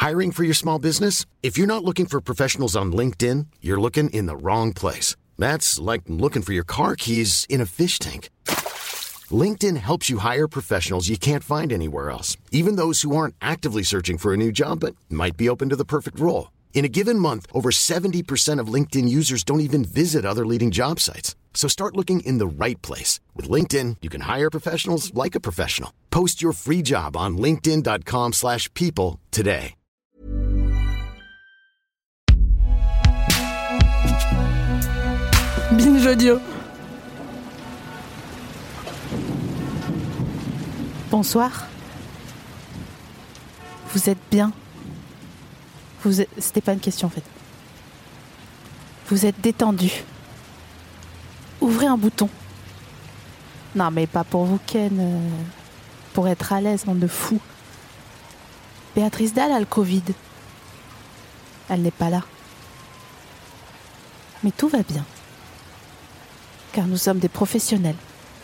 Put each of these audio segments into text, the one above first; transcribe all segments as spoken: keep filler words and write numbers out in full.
Hiring for your small business? If you're not looking for professionals on LinkedIn, you're looking in the wrong place. That's like looking for your car keys in a fish tank. LinkedIn helps you hire professionals you can't find anywhere else, even those who aren't actively searching for a new job but might be open to the perfect role. In a given month, over seventy percent of LinkedIn users don't even visit other leading job sites. So start looking in the right place. With LinkedIn, you can hire professionals like a professional. Post your free job on linkedin.com slash people today. Binge audio. Bonsoir. Vous êtes bien? Vous êtes... C'était pas une question en fait. Vous êtes détendu. Ouvrez un bouton. Non mais pas pour vous Ken. Euh... Pour être à l'aise, bande de fous. Béatrice Dalle a le Covid. Elle n'est pas là. Mais tout va bien. Car nous sommes des professionnels.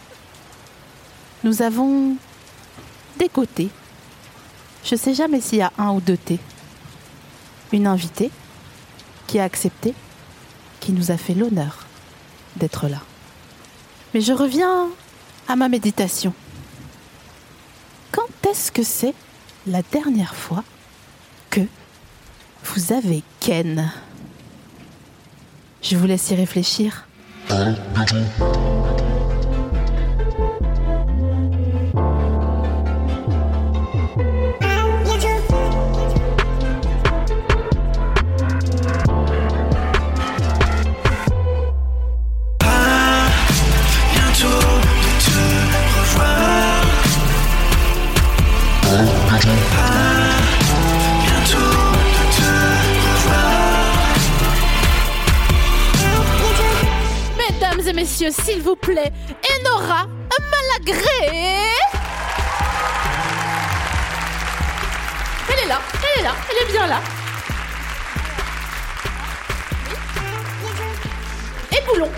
Nous avons des côtés. Je sais jamais s'il y a un ou deux thés. Une invitée qui a accepté, qui nous a fait l'honneur d'être là. Mais je reviens à ma méditation. Quand est-ce que c'est la dernière fois que vous avez Ken? Je vous laisse y réfléchir. Messieurs, s'il vous plaît, Enora Malagré. Elle est là, elle est là, elle est bien là. Et Boulon.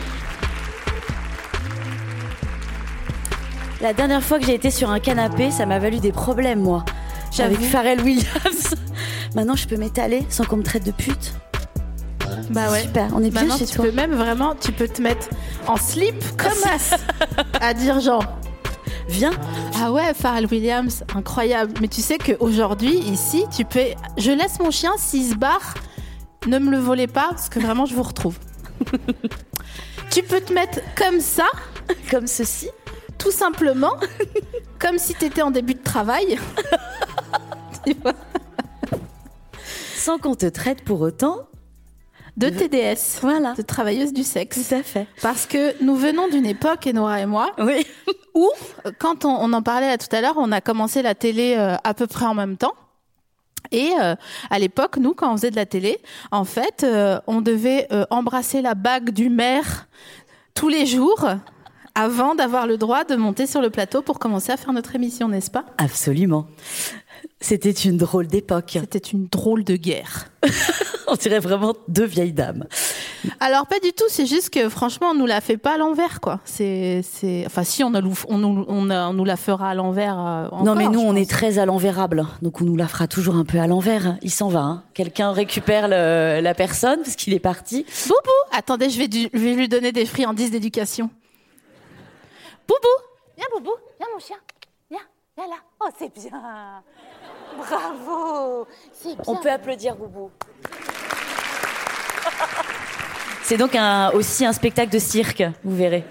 La dernière fois que j'ai été sur un canapé, ça m'a valu des problèmes, moi. J'avais avec Pharrell Williams. Maintenant, je peux m'étaler sans qu'on me traite de pute. Bah ouais. Super, on est bien Maintenant, chez tu toi. peux même vraiment, tu peux te mettre en slip comme as à dire genre viens. Ah ouais, Pharrell Williams, incroyable. Mais tu sais qu'aujourd'hui ici, tu peux. Je laisse mon chien s'il se barre, ne me le volez pas parce que vraiment je vous retrouve. Tu peux te mettre comme ça, comme ceci, tout simplement, comme si t'étais en début de travail. Tu vois ? Sans qu'on te traite pour autant de T D S, voilà, de travailleuse du sexe. Tout à fait. Parce que nous venons d'une époque, Enora et moi, oui, où, quand on, on en parlait là tout à l'heure, on a commencé la télé euh, à peu près en même temps. Et euh, à l'époque, nous, quand on faisait de la télé, en fait, euh, on devait euh, embrasser la bague du maire tous les jours avant d'avoir le droit de monter sur le plateau pour commencer à faire notre émission, n'est-ce pas ? Absolument. C'était une drôle d'époque. C'était une drôle de guerre. On dirait vraiment deux vieilles dames. Alors pas du tout, c'est juste que franchement on nous la fait pas à l'envers quoi. C'est c'est enfin si on, a, on, nous, on, a, on nous la fera à l'envers euh, encore. Non mais nous on est très à l'envérable, donc on nous la fera toujours un peu à l'envers. Il s'en va, hein. Quelqu'un récupère le, la personne parce qu'il est parti. Boubou, attendez, je vais, du, je vais lui donner des friandises d'éducation. Boubou, viens Boubou, viens mon chien, viens, viens là. Oh c'est bien, bravo, c'est bien. On peut applaudir Boubou. C'est donc un, aussi un spectacle de cirque, vous verrez.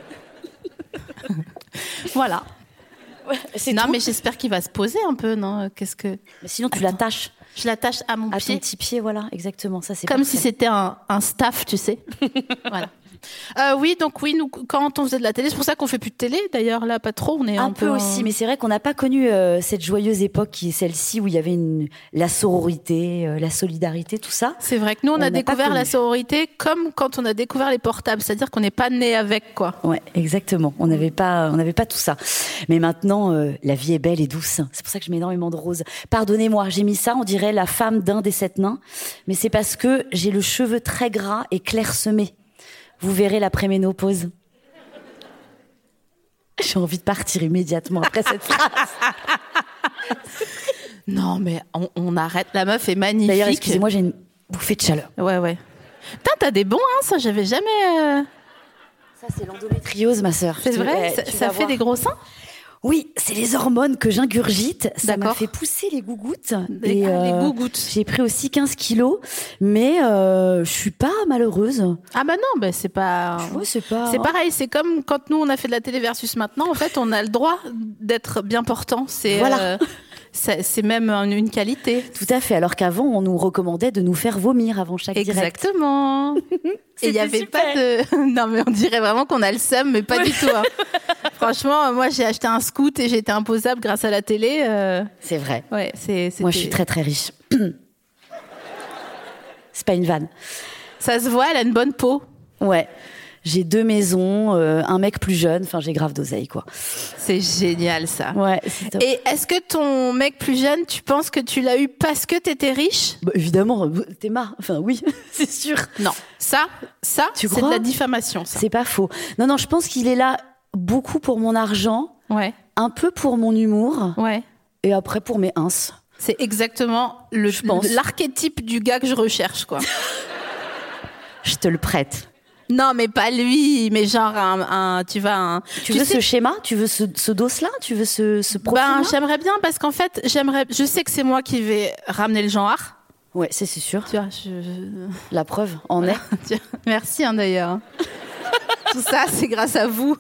Voilà. C'est non, tout. mais j'espère qu'il va se poser un peu, non ? Qu'est-ce que... Mais sinon, tu Attends. l'attaches. Je l'attache à mon à pied. À ton petit pied, voilà, exactement. Ça, c'est comme parfait. si c'était un, un staff, tu sais. Voilà. Euh, oui, donc oui, nous, quand on faisait de la télé, c'est pour ça qu'on fait plus de télé. D'ailleurs, là, pas trop. On est un, un peu, peu aussi, en... mais c'est vrai qu'on n'a pas connu euh, cette joyeuse époque qui est celle-ci où il y avait une, la sororité, euh, la solidarité, tout ça. C'est vrai que nous, on, on a découvert la sororité comme quand on a découvert les portables, c'est-à-dire qu'on n'est pas né avec, quoi. Ouais, exactement. On n'avait pas, on n'avait pas tout ça. Mais maintenant, euh, la vie est belle et douce. C'est pour ça que je mets énormément de roses. Pardonnez-moi, j'ai mis ça, on dirait la femme d'un des sept nains, mais c'est parce que j'ai le cheveu très gras et clairsemé. Vous verrez l'après-ménopause. J'ai envie de partir immédiatement après cette phrase. Non, mais on, on arrête. La meuf est magnifique. D'ailleurs, excusez-moi, j'ai une bouffée de chaleur. Ouais, ouais. Putain, t'as des bons, hein, ça, j'avais jamais... Euh... Ça, c'est l'endométriose, ma sœur. C'est Tu- vrai, ouais, ça, tu ça vas fait voir. des gros seins. Oui, c'est les hormones que j'ingurgite. Ça m'a D'accord. fait pousser les gougouttes. Des- Et, ah, les euh, gougouttes. J'ai pris aussi quinze kilos, mais euh, je suis pas malheureuse. Ah bah non, bah c'est pas... Tu vois, c'est pas... C'est pareil, c'est comme quand nous on a fait de la télé versus maintenant, en fait on a le droit d'être bien portant. C'est, Voilà. euh, c'est, c'est même une une qualité. Tout à fait, alors qu'avant, on nous recommandait de nous faire vomir avant chaque direct. Exactement. Et il C'était n'y avait super. pas de... Non mais on dirait vraiment qu'on a le seum, mais pas du tout. Hein. Franchement, moi j'ai acheté un scoot et j'ai été imposable grâce à la télé. euh, C'est vrai. Ouais, c'est, Moi, c'était- je suis très très riche. C'est pas une vanne. Ça se voit, elle a une bonne peau. Ouais. J'ai deux maisons, euh, un mec plus jeune. Enfin, j'ai grave d'oseille, quoi. C'est génial ça. Ouais, c'est top. Et est-ce que ton mec plus jeune, tu penses que tu l'as eu parce que t'étais riche? Bah, évidemment, euh, t'es marre. Enfin, oui, c'est sûr. Non, ça, ça, Tu c'est crois de la diffamation, ça. C'est pas faux. Non, non, je pense qu'il est là beaucoup pour mon argent, Ouais, un peu pour mon humour, ouais. et après pour mes ins. C'est exactement le, Je pense. l'archétype du gars que je recherche, quoi. Je te le prête. Non, mais pas lui, mais genre un, un tu vois, un. Tu, veux sais- ce schéma? Tu veux ce, ce dos-là? Tu veux ce, ce profil-là? Ben, j'aimerais bien parce qu'en fait, j'aimerais. Je sais que c'est moi qui vais ramener le genre. Ouais, c'est c'est sûr. Tu vois, je. La preuve en est. Tiens, merci hein, d'ailleurs. Tout ça, c'est grâce à vous.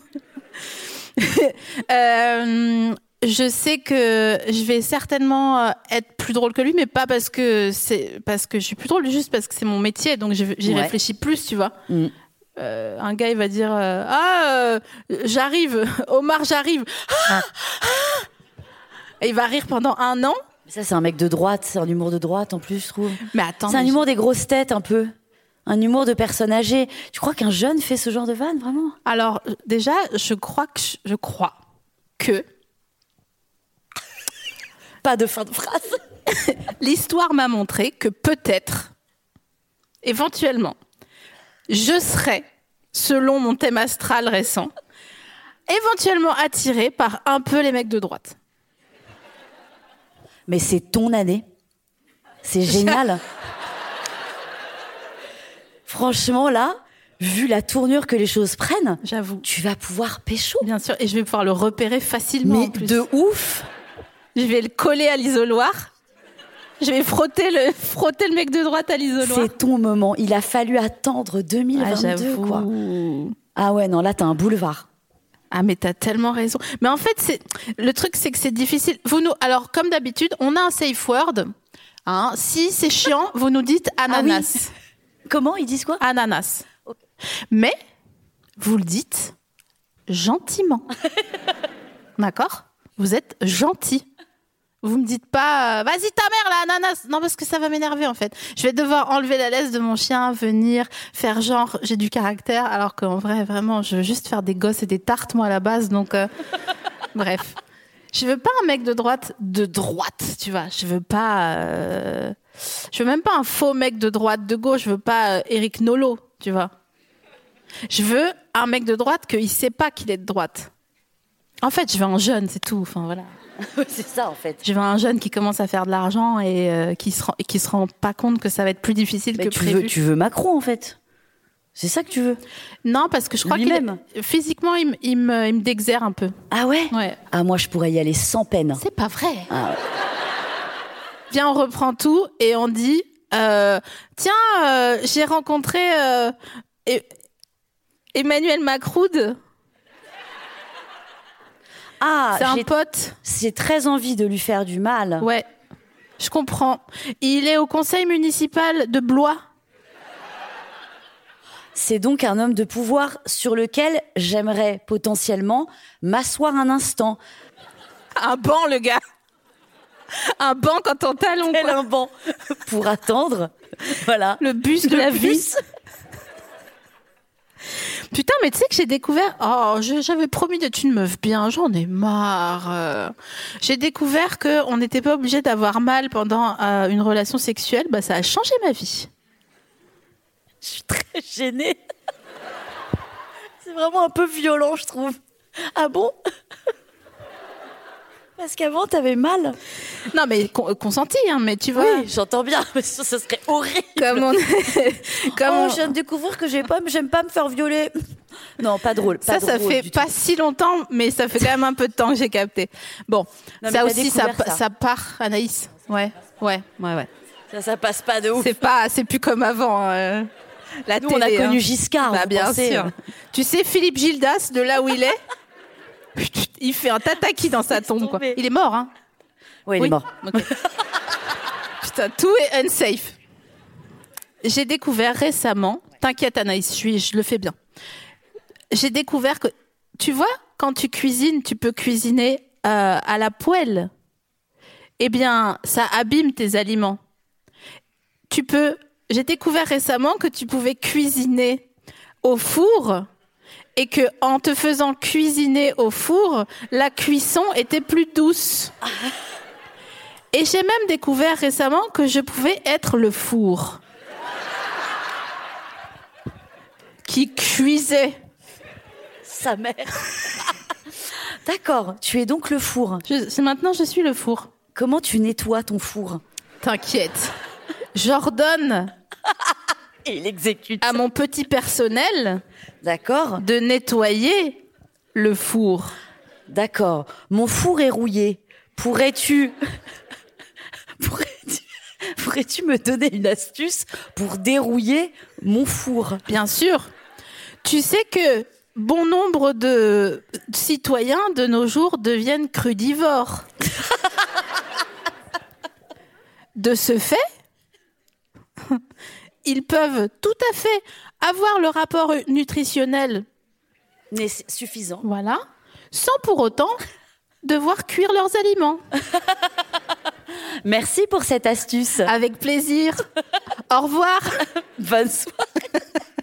Euh, je sais que je vais certainement euh, être plus drôle que lui, mais pas parce que c'est parce que je suis plus drôle, juste parce que c'est mon métier, donc je- j'y Ouais. réfléchis plus, tu vois. Mm. Euh, un gars, il va dire euh, ah euh, j'arrive, Omar, j'arrive. Ah, ah. Et il va rire pendant un an. Ça, c'est un mec de droite, c'est un humour de droite en plus, je trouve. Mais attends, C'est un mais humour des grosses têtes un peu. Un humour de personnes âgées. Tu crois qu'un jeune fait ce genre de vanne, vraiment? alors déjà, je crois que je, je crois que Pas de fin de phrase. l'histoire m'a montré que peut-être, éventuellement, je serais, selon mon thème astral récent, éventuellement attirée par un peu les mecs de droite. Mais c'est ton année. C'est génial. Franchement, là, vu la tournure que les choses prennent, J'avoue. tu vas pouvoir pécho. Bien sûr, et je vais pouvoir le repérer facilement. Mais en plus. de ouf. Je vais le coller à l'isoloir. Je vais frotter le, frotter le mec de droite à l'isoloir. C'est ton moment. Il a fallu attendre deux mille Ah, vingt-deux, j'avoue. quoi. Ah ouais, non, là, t'as un boulevard. Ah mais t'as tellement raison. Mais en fait, c'est le truc, c'est que c'est difficile. Vous nous, alors comme d'habitude, on a un safe word. Hein. Si c'est chiant, vous nous dites ananas. Comment? Ils disent quoi? Ananas. Mais vous le dites gentiment. D'accord? Vous êtes gentil. Vous me dites pas euh, vas-y ta mère la ananas. Non, parce que ça va m'énerver en fait. Je vais devoir enlever la laisse de mon chien, venir faire genre j'ai du caractère, alors qu'en vrai vraiment je veux juste faire des gosses et des tartes moi à la base. Donc euh, bref, je veux pas un mec de droite de droite, tu vois. Je veux pas, euh, je veux même pas un faux mec de droite de gauche. Je veux pas euh, Éric Nolot, tu vois. Je veux un mec de droite qu'il sait pas qu'il est de droite. En fait, je veux un jeune, c'est tout. Enfin voilà. C'est ça, en fait. Je veux un jeune qui commence à faire de l'argent et euh, qui se rend, et qui se rend pas compte que ça va être plus difficile Mais que tu prévu. veux, tu veux Macron, en fait. C'est ça que tu veux. Non, parce que je crois qu'il Lui-même. est- physiquement, il, me- il me, il me dexère un peu. Ah ouais? Ouais. Ah, moi, je pourrais y aller sans peine. C'est pas vrai. Ah ouais. Viens, on reprend tout et on dit euh, tiens, euh, j'ai rencontré euh, E- Emmanuel Macroud. Ah, C'est un j'ai- pote. j'ai très envie de lui faire du mal. Ouais, je comprends. Il est au conseil municipal de Blois. C'est donc un homme de pouvoir sur lequel j'aimerais potentiellement m'asseoir un instant. Un banc, le gars. Un banc quand on talon. Tel quoi. un banc pour attendre. Voilà. Le bus de Le la bus. vie. Putain, mais tu sais que j'ai découvert... Oh, je- j'avais promis d'être une meuf bien, j'en ai marre. Euh, J'ai découvert qu'on n'était pas obligé d'avoir mal pendant euh, une relation sexuelle. Bah, ça a changé ma vie. Je suis très gênée. C'est vraiment un peu violent, je trouve. Ah bon? Parce qu'avant, t'avais mal. Non, mais con- consenti, hein, mais tu vois. Oui, j'entends bien. Mais ça, ça serait horrible. Comme on. comme oh, on... je viens de découvrir que j'ai pas, j'aime pas me faire violer. Non, pas drôle. Pas Ça, ça drôle fait du pas tout. si longtemps, mais ça fait quand même un peu de temps que j'ai capté. Bon, Non, mais ça t'as aussi, ça, découvert ça. ça part, Anaïs. Ouais, ouais, ouais, ouais. Ça, ça passe pas de ouf. C'est pas, c'est plus comme avant. euh, La Nous, télé, on a connu hein. Giscard. Bah vous bien pensez, sûr. euh. Tu sais, Philippe Gildas, de là où il est, il fait un tataki dans sa tombe, quoi. tombé. Il est mort, hein. Ouais, il Oui. est mort. Ok. Putain, tout est unsafe. J'ai découvert récemment, t'inquiète Anaïs, je, suis, je le fais bien. J'ai découvert que, tu vois, quand tu cuisines, tu peux cuisiner euh, à la poêle. Eh bien, ça abîme tes aliments. Tu peux. J'ai découvert récemment que tu pouvais cuisiner au four et que en te faisant cuisiner au four, la cuisson était plus douce. Et j'ai même découvert récemment que je pouvais être le four qui cuisait. Sa mère. D'accord, tu es donc le four. Je, c'est maintenant, je suis le four. Comment tu nettoies ton four? T'inquiète. J'ordonne Et il exécute. à mon petit personnel D'accord, de nettoyer le four. d'accord. Mon four est rouillé. Pourrais-tu... Pourrais-tu... Pourrais-tu me donner une astuce pour dérouiller mon four? Bien sûr. Tu sais que bon nombre de citoyens de nos jours deviennent crudivores. De ce fait, ils peuvent tout à fait avoir le rapport nutritionnel, Mais c'est suffisant. voilà, sans pour autant devoir cuire leurs aliments. Merci pour cette astuce. Avec plaisir. Au revoir. Bonne soirée.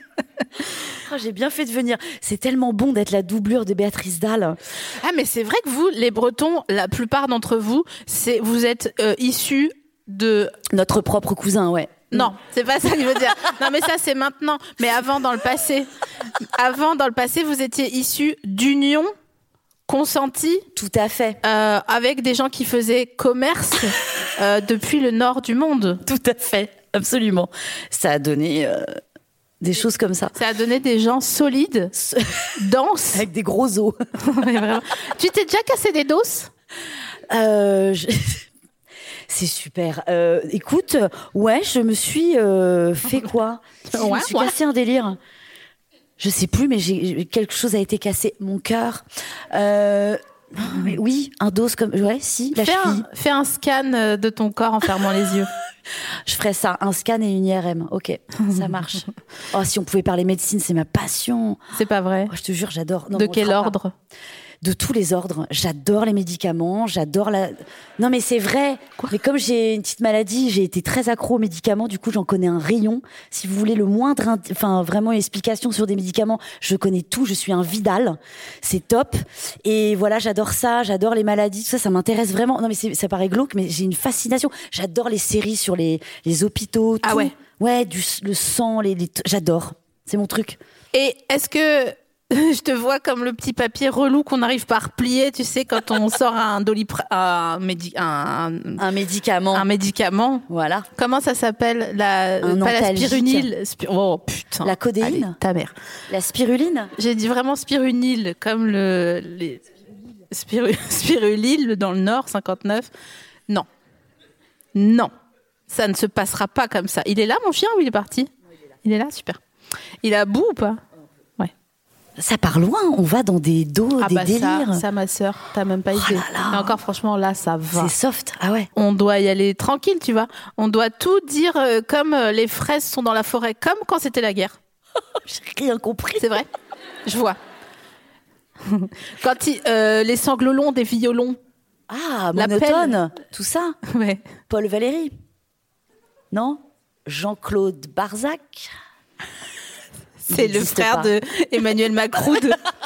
Oh, j'ai bien fait de venir. C'est tellement bon d'être la doublure de Béatrice Dalle. Ah, mais c'est vrai que vous, les Bretons, la plupart d'entre vous, c'est, vous êtes euh, issus de... Notre propre cousin, ouais. Non, c'est pas ça que je veux dire. Non, mais ça, c'est maintenant. Mais avant, dans le passé. Avant, dans le passé, vous étiez issus d'unions consenties Tout à fait. euh, avec des gens qui faisaient commerce euh, depuis le nord du monde. Tout à fait. Absolument. Ça a donné euh, des choses comme ça. Ça a donné des gens solides, denses. Avec des gros os. Ouais, vraiment. Tu t'es déjà cassé des doses? Euh, je- C'est super. Euh, écoute, ouais, je me suis euh, fait quoi? Je Ouais, me suis ouais. cassé un délire. Je sais plus, mais j'ai quelque chose a été cassé. Mon cœur. Euh, mais oui, un dos comme ouais, si la Fais cheville. un, fais un scan euh, de ton corps en fermant les yeux. Je ferais ça, un scan et une I R M. Ok, ça marche. Oh, si on pouvait parler médecine, c'est ma passion. C'est pas vrai. Oh, je te jure, j'adore. Non, De on le quel fera pas. ordre? De tous les ordres. J'adore les médicaments, j'adore la... Non mais c'est vrai. Mais comme j'ai une petite maladie, j'ai été très accro aux médicaments, du coup j'en connais un rayon. Si vous voulez le moindre, indi- enfin vraiment une explication sur des médicaments, je connais tout, je suis un Vidal. C'est top. Et voilà, j'adore ça, j'adore les maladies, tout ça, ça m'intéresse vraiment. Non mais c'est- ça paraît glauque, mais j'ai une fascination. J'adore les séries sur les, les hôpitaux, Ah tout. ouais. Ouais, du, le sang, les, les... j'adore. C'est mon truc. Et est-ce que je te vois comme le petit papier relou qu'on n'arrive pas à replier, tu sais, quand on sort un, dolipr- un, médi- un, Un médicament. un médicament? Voilà. Comment ça s'appelle? La, Un pas la antalgique. spirunile. Spi- oh putain. La codéine. Allez, ta mère. La spiruline. J'ai dit vraiment spirunile, comme le les spiru- spirulile dans le Nord, cinquante-neuf. Non. Non. Ça ne se passera pas comme ça. Il est là, mon chien, ou il est parti? Il est là, super. Il a bout ou pas? Ouais. Ça part loin, on va dans des dos, Ah des bah délires. ça, ça, ma sœur, t'as même pas idée. là là. Mais encore, franchement, là, ça va. C'est soft, ah ouais. On doit y aller tranquille, tu vois. On doit tout dire euh, comme euh, les fraises sont dans la forêt, comme quand c'était la guerre. J'ai rien compris. C'est vrai? Je vois. Quand il- euh, les sanglots longs des violons. Ah, La monotone, tout ça. Ouais. Paul Valéry. Non? Jean-Claude Barzac. C'est Il le n'existe frère pas. de Emmanuel Macron.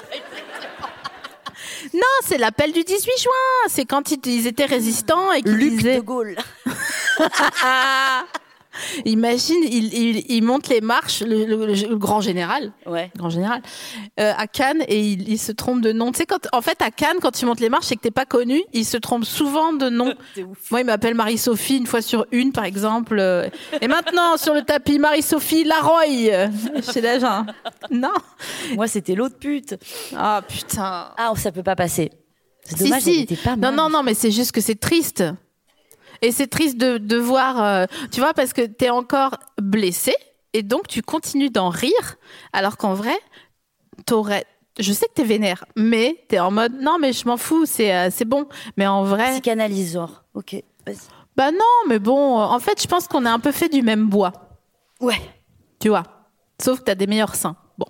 Non, c'est l'appel du dix-huit juin. C'est quand ils, ils étaient résistants et qu'ils Luc disaient... de Gaulle. Imagine, il, il, il monte les marches, le, le, le, le grand général, Ouais. grand général, euh, à Cannes, et il, il se trompe de nom. Tu sais, quand, en fait, à Cannes, quand tu montes les marches et que t'es pas connu, il se trompe souvent de nom. C'est ouf. Moi, il m'appelle Marie-Sophie une fois sur une, par exemple. euh, Et maintenant, sur le tapis, Marie-Sophie Laroy. C'est là, genre, non. Moi, c'était l'autre pute. Ah, putain. Ah, ça peut pas passer. C'est Si, dommage, si. elle était pas Non, mal. non, non, mais c'est juste que c'est triste. Et c'est triste de, de voir, euh, tu vois, parce que t'es encore blessé et donc tu continues d'en rire, alors qu'en vrai, t'aurais. Je sais que t'es vénère, mais t'es en mode non, mais je m'en fous, c'est euh, c'est bon. Mais en vrai, Psychanalyse, genre. Ok, vas-y. bah non, mais bon, euh, en fait, je pense qu'on est un peu fait du même bois, Ouais. tu vois. Sauf que t'as des meilleurs seins. Bon.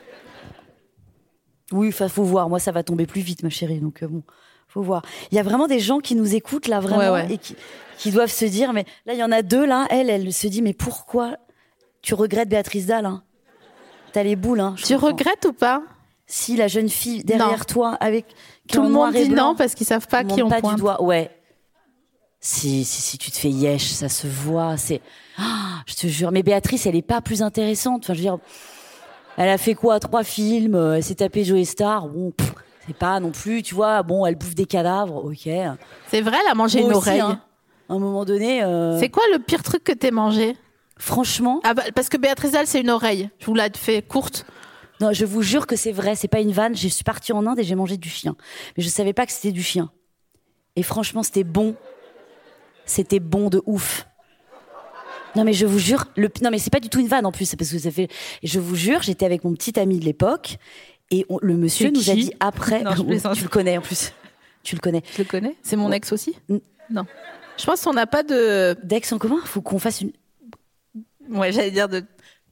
Oui, il faut voir. Moi, ça va tomber plus vite, ma chérie. Donc, euh, bon, faut voir. Il y a vraiment des gens qui nous écoutent, là, vraiment, Ouais, ouais. et qui, qui doivent se dire, mais là, il y en a deux, là. Elle, elle se dit, mais pourquoi tu regrettes Béatrice Dalle, hein? T'as les boules, hein. je Tu comprends. regrettes ou pas? Si la jeune fille derrière Non. toi, avec qui est Tout en le noir monde et dit blanc, non parce qu'ils savent pas monte qui on pas pointe. du doigt. Ouais. Si, si, si tu te fais yesh, ça se voit. C'est, ah, je te jure. Mais Béatrice, elle est pas plus intéressante. Enfin, je veux dire, elle a fait quoi? Trois films. euh, Elle s'est tapée Joey Star. Bon, pff, c'est pas non plus, tu vois. Bon, elle bouffe des cadavres. Ok. C'est vrai, elle a mangé Moi une aussi, oreille. hein. À un moment donné, euh, C'est quoi le pire truc que t'aies mangé? franchement, Ah bah, parce que Béatrice Dalle, c'est une oreille. Je vous l'ai fait courte. non, je vous jure que c'est vrai. C'est pas une vanne. Je suis partie en Inde et j'ai mangé du chien. Mais je savais pas que c'était du chien. Et franchement, c'était bon. C'était bon de ouf. Non mais je vous jure, le non mais c'est pas du tout une vanne en plus, c'est parce que ça fait. Et je vous jure, j'étais avec mon petit ami de l'époque et on- le monsieur C'est nous a qui dit après. Non, je plaisante. Tu le connais en plus. Tu le connais. Je le connais. C'est mon Ouais. ex aussi. Mm. Non. Je pense qu'on n'a pas de. Dex en commun, faut qu'on fasse une. Ouais, j'allais dire de.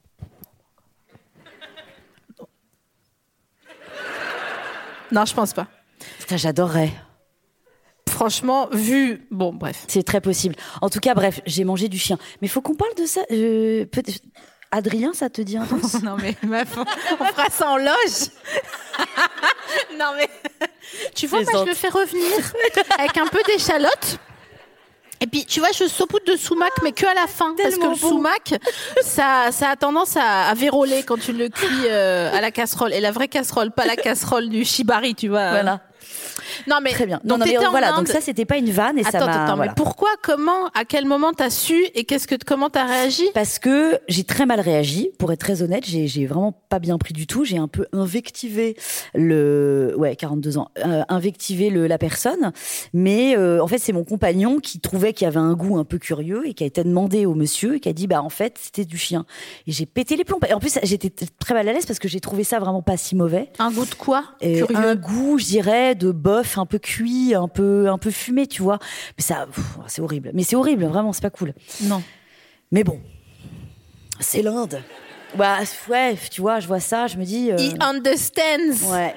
Non, je pense pas. Putain, j'adorerais. Franchement, vu. Bon, bref. C'est très possible. En tout cas, bref, j'ai mangé du chien. Mais faut qu'on parle de ça. Euh, peut- Adrien, ça te dit un truc? Non, mais meuf, on, on fera ça en loge. Non, mais. Tu vois, moi, je Plaisante. le fais revenir avec un peu d'échalote. Et puis, tu vois, je saupoudre de sumac, mais que à la fin. Parce que Tellement le bon. sumac, ça, ça a tendance à, à véroler quand tu le cuis euh, à la casserole. Et la vraie casserole, pas la casserole du shibari, tu vois. Voilà. Non, mais. Très bien. Donc, Non, non, mais t'étais en voilà. Inde. Donc ça, c'était pas une vanne et ça Attends, m'a. attends, voilà. mais pourquoi, comment, à quel moment t'as su et qu'est-ce que, comment t'as réagi? Parce que j'ai très mal réagi, pour être très honnête, j'ai, j'ai vraiment pas bien pris du tout. J'ai un peu invectivé le, ouais, quarante-deux ans, euh, invectivé le, la personne. Mais euh, en fait, c'est mon compagnon qui trouvait qu'il y avait un goût un peu curieux et qui a été demandé au monsieur et qui a dit, bah en fait, c'était du chien. Et j'ai pété les plombs. Et en plus, j'étais t- très mal à l'aise parce que j'ai trouvé ça vraiment pas si mauvais. Un goût de quoi? Et Curieux. un goût, je dirais, de bœuf un peu cuit, un peu, un peu fumé, tu vois. Mais ça, pff, c'est horrible. Mais c'est horrible, vraiment, c'est pas cool. Non. Mais bon, c'est l'Inde. Bah ouais, tu vois, je vois ça, je me dis. euh, He understands. Ouais.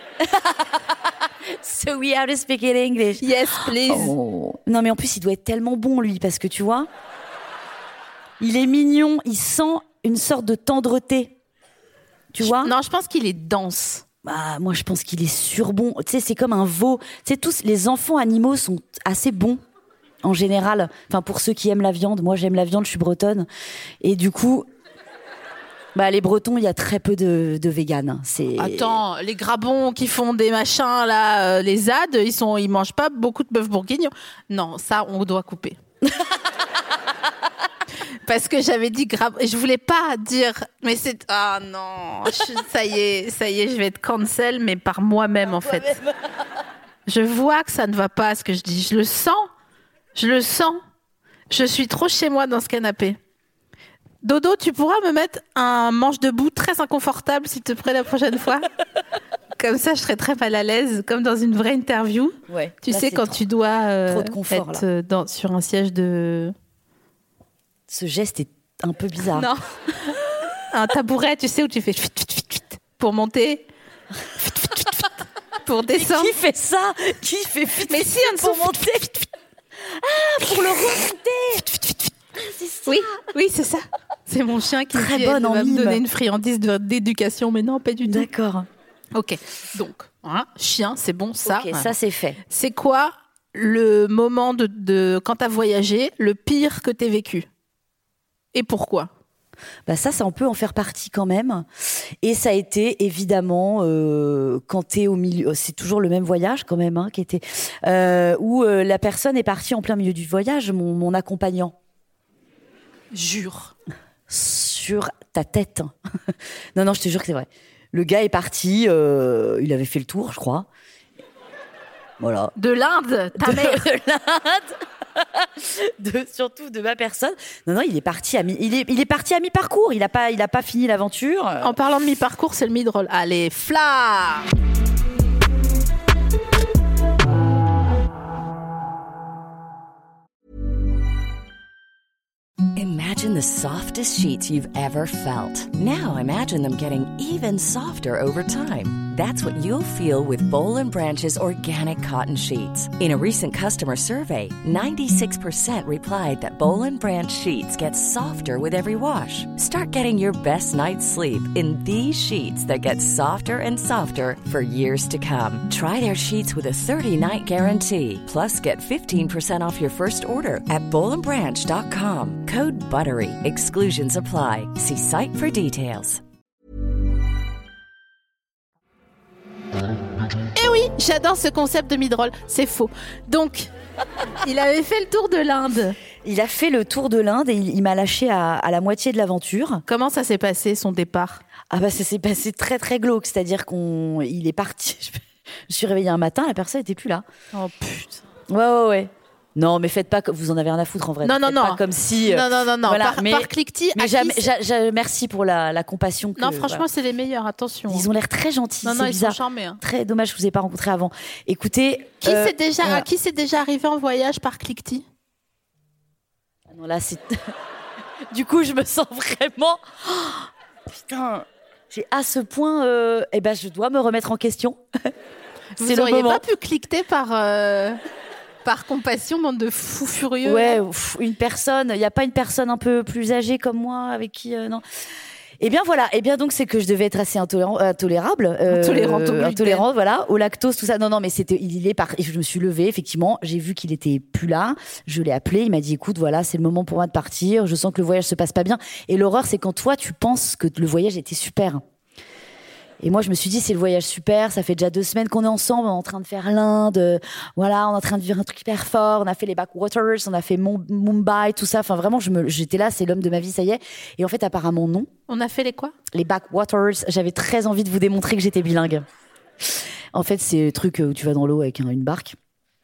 So we have to speak in English. Yes, please. Oh. Non mais en plus, il doit être tellement bon lui, parce que tu vois, il est mignon, il sent une sorte de tendreté. Tu vois? Non, je pense qu'il est dense. Bah, moi, je pense qu'il est surbon. Tu sais, c'est comme un veau. Tu sais, tous les enfants animaux sont assez bons en général. Enfin, pour ceux qui aiment la viande. Moi, j'aime la viande, je suis bretonne. Et du coup, bah, les Bretons, il y a très peu de, de véganes. C'est. Attends, les grabons qui font des machins là, euh, les Z A D, ils sont, ils mangent pas beaucoup de bœuf bourguignon. Non, ça, on doit couper. Parce que j'avais dit grab, et je voulais pas dire, mais c'est, ah non, je- ça y est, ça y est, je vais être cancel, mais par moi-même en fait. Je vois que ça ne va pas ce que je dis, je le sens, je le sens. Je suis trop chez moi dans ce canapé. Dodo, tu pourras me mettre un manche debout très inconfortable, s'il te plaît, la prochaine fois. Comme ça, je serai très mal à l'aise, comme dans une vraie interview. Ouais, Tu là, sais, c'est quand trop- tu dois euh, trop de confort, être là. euh, dans, sur un siège de... Ce geste est un peu bizarre. Non. Un tabouret, tu sais, où tu fais fit, fit, fit, fit, pour monter, fit, fit, fit, fit, pour descendre. Qui fait ça? Qui fait fit, Mais fit, si, en pour dessous, monter? Ah, pour le remonter. C'est ça. Oui, oui, c'est ça. C'est mon chien qui Très dit, bonne elle en va me mime. donner une friandise de- d'éducation, mais non, pas du tout. D'accord. Ok, donc, hein, chien, c'est bon, ça. Ok, ça c'est fait. C'est quoi le moment de, de quand t'as voyagé, le pire que t'aies vécu? Et pourquoi ? Bah ça, ça on peut en faire partie quand même. Et ça a été évidemment euh, quand t'es au milieu, c'est toujours le même voyage quand même, hein, qui était euh, où euh, la personne est partie en plein milieu du voyage, mon, mon accompagnant. Jure. Sur ta tête. non, non, je te jure que c'est vrai. Le gars est parti, euh, il avait fait le tour, je crois. Voilà. De l'Inde, ta de, mère. De l'Inde. De, surtout de ma personne. Non, non, il est parti à mi, il est, il est parti à mi-parcours. Il a pas, il a pas fini l'aventure. En parlant de mi-parcours, c'est le mid-roll. Allez, fla. Imagine the softest sheets you've ever felt. Now imagine them getting even softer over time. That's what you'll feel with Boll and Branch's organic cotton sheets. In a recent customer survey, ninety-six percent replied that Boll and Branch sheets get softer with every wash. Start getting your best night's sleep in these sheets that get softer and softer for years to come. Try their sheets with a thirty-night guarantee. Plus, get fifteen percent off your first order at boll and branch dot com. Code BUTTERY. Exclusions apply. See site for details. Eh oui, j'adore ce concept de mid-roll. C'est faux. Donc, il avait fait le tour de l'Inde. Il a fait le tour de l'Inde et il, il m'a lâché à, à la moitié de l'aventure. Comment ça s'est passé, son départ ? Ah bah ça s'est passé très très glauque, c'est-à-dire qu'on, il est parti. Je me suis réveillée un matin, la personne n'était plus là. Oh putain. Ouais ouais ouais. Non, mais faites pas comme vous en avez rien à foutre en vrai. Non, non, faites non. Pas comme si. Euh, non, non, non, non. Voilà, par, mais, par cliquetis. Mais jamais, j'a, j'a, merci pour la, la compassion. Que, non, franchement, voilà. C'est les meilleurs. Attention. Ils ont l'air très gentils. Non, c'est non, bizarre. ils sont charmés. Hein. Très dommage, je vous ai pas rencontré avant. Écoutez. Qui euh, c'est déjà, voilà. qui c'est déjà arrivé en voyage par cliquetis ? Ah non, là, c'est. Du coup, je me sens vraiment. Oh, putain. J'ai à ce point. Euh... Eh ben, je dois me remettre en question. Vous c'est le auriez moment. pas pu cliqueter par. Euh... Par compassion, bande de fous furieux. Ouais, pff, une personne. Il n'y a pas une personne un peu plus âgée comme moi avec qui euh, non. Eh bien voilà. Eh bien donc c'est que je devais être assez intolérant, intolérable, euh, intolérante, au intolérante, voilà, au lactose, tout ça. Non non, mais c'était, il est par. Je me suis levée, effectivement, j'ai vu qu'il était plus là. Je l'ai appelé, il m'a dit écoute, voilà, c'est le moment pour moi de partir. Je sens que le voyage se passe pas bien. Et l'horreur, c'est quand toi tu penses que le voyage était super. Et moi, je me suis dit, c'est le voyage super. Ça fait déjà deux semaines qu'on est ensemble, on est en train de faire l'Inde. Euh, voilà, on est en train de vivre un truc hyper fort. On a fait les backwaters, on a fait Mom- Mumbai, tout ça. Enfin, vraiment, je me, j'étais là, c'est l'homme de ma vie, ça y est. Et en fait, apparemment, non. On a fait les quoi ? Les backwaters. J'avais très envie de vous démontrer que j'étais bilingue. En fait, c'est le truc où tu vas dans l'eau avec un, une barque.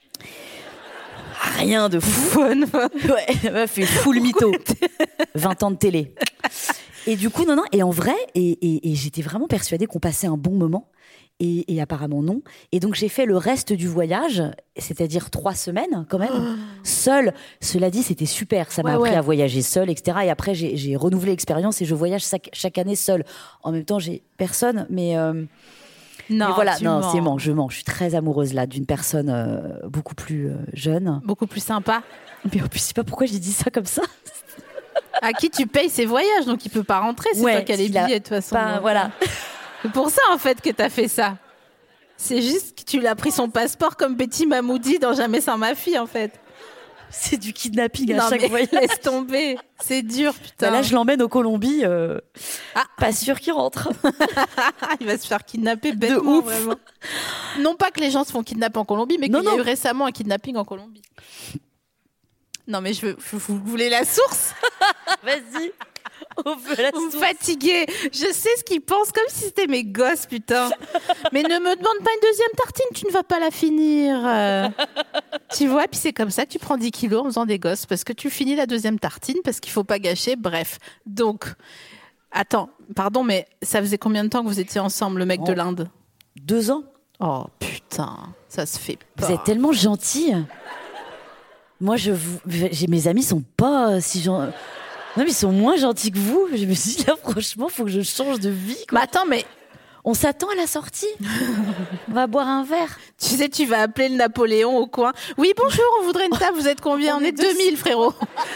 Rien de fou. Fun. Ouais, meuf fait full mytho. vingt ans de télé. Et du coup, non, non. Et en vrai, et, et, et j'étais vraiment persuadée qu'on passait un bon moment. Et, et apparemment, non. Et donc, j'ai fait le reste du voyage, c'est-à-dire trois semaines quand même, oh. seule. Cela dit, c'était super. Ça m'a ouais, appris ouais. à voyager seule, et cetera. Et après, j'ai, j'ai renouvelé l'expérience et je voyage chaque, chaque année seule. En même temps, j'ai personne, mais... Euh, non, mais voilà, tu non, mens. c'est mens, je mens. Je suis très amoureuse là d'une personne euh, beaucoup plus euh, jeune. Beaucoup plus sympa. Mais en plus, je sais pas pourquoi j'ai dit ça comme ça. À qui tu payes ses voyages, donc il peut pas rentrer, c'est ouais, toi qui as les billets de toute façon. Pas, voilà. C'est pour ça en fait que t'as fait ça. C'est juste que tu l'as pris son passeport comme Betty Mamoudi dans Jamais sans ma fille en fait. C'est du kidnapping à non, chaque mais voyage. Laisse tomber, c'est dur putain. Bah là je l'emmène au Colombie, euh... ah. pas sûr qu'il rentre. Il va se faire kidnapper bêtement de ouf. Vraiment. Non pas que les gens se font kidnapper en Colombie, mais non, qu'il non. y a eu récemment un kidnapping en Colombie. Non mais je veux, vous voulez la source ? Vas-y, on veut la vous source. Vous me fatiguez. Je sais ce qu'ils pensent comme si c'était mes gosses, putain. Mais ne me demande pas une deuxième tartine, tu ne vas pas la finir. Euh, tu vois, puis c'est comme ça que tu prends dix kilos en faisant des gosses, parce que tu finis la deuxième tartine, parce qu'il faut pas gâcher, bref. Donc, attends, pardon, mais ça faisait combien de temps que vous étiez ensemble, le mec oh. de l'Inde ? Deux ans. Oh putain, ça se fait pas. Vous êtes tellement gentille. Moi, je vous, j'ai, mes amis sont pas si gens. Non, mais ils sont moins gentils que vous. Je me suis dit, là, franchement, faut que je change de vie, quoi. Mais attends, mais. On s'attend à la sortie. On va boire un verre. Tu sais, tu vas appeler le Napoléon au coin. Oui, bonjour, on voudrait une table. Vous êtes combien ? On, on est deux mille, frérot.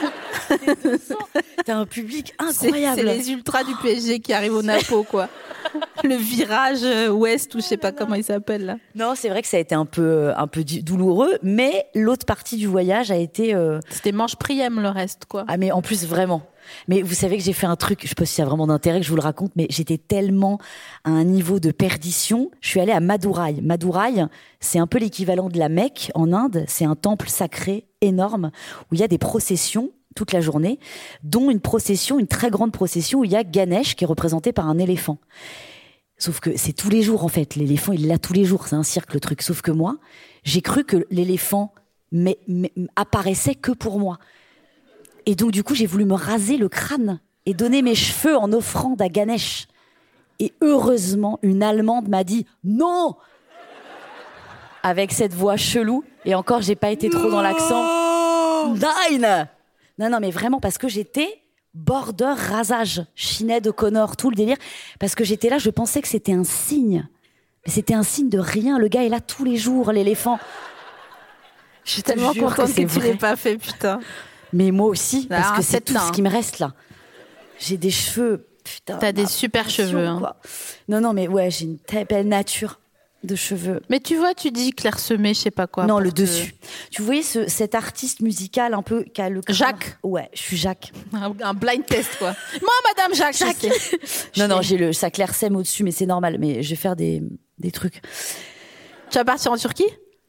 T'as un public incroyable. C'est, c'est les ultras du P S G qui arrivent au Napo, quoi. Le virage ouest ou je sais pas comment il s'appelle là. Non, c'est vrai que ça a été un peu un peu douloureux, mais l'autre partie du voyage a été. Euh... C'était manche prième le reste, quoi. Ah mais en plus vraiment. Mais vous savez que j'ai fait un truc, je sais pas si ça a vraiment d'intérêt que je vous le raconte, mais j'étais tellement à un niveau de perdition. Je suis allée à Madurai. Madurai, c'est un peu l'équivalent de la Mecque en Inde. C'est un temple sacré énorme où il y a des processions toute la journée, dont une procession, une très grande procession où il y a Ganesh qui est représenté par un éléphant. Sauf que c'est tous les jours en fait. L'éléphant, il est là tous les jours. C'est un cirque le truc. Sauf que moi, j'ai cru que l'éléphant mais, mais, apparaissait que pour moi. Et donc, du coup, j'ai voulu me raser le crâne et donner mes cheveux en offrande à Ganesh. Et heureusement, une Allemande m'a dit « Non !» avec cette voix chelou. Et encore, j'ai pas été trop dans l'accent. « Nein !» Non, non, mais vraiment, parce que j'étais border rasage. Sinéad O'Connor, tout le délire. Parce que j'étais là, je pensais que c'était un signe. Mais c'était un signe de rien. Le gars est là tous les jours, l'éléphant. Je suis tellement contente que, que tu l'aies pas fait, putain. Mais moi aussi, parce ah, que c'est tout là, ce qui me reste là. J'ai des cheveux, putain. T'as des super cheveux. Hein. Non, non, mais ouais, j'ai une très belle nature de cheveux. Mais tu vois, tu dis clairsemé, je sais pas quoi. Non, le te... dessus. Tu voyais ce, cet artiste musical un peu qui a le crâne. Jacques. Ouais, je suis Jacques. Un, un blind test, quoi. Moi, Madame Jacques. Jacques. non, non, j'ai le ça clairsème au-dessus, mais c'est normal. Mais je vais faire des des trucs. Tu vas partir en Turquie?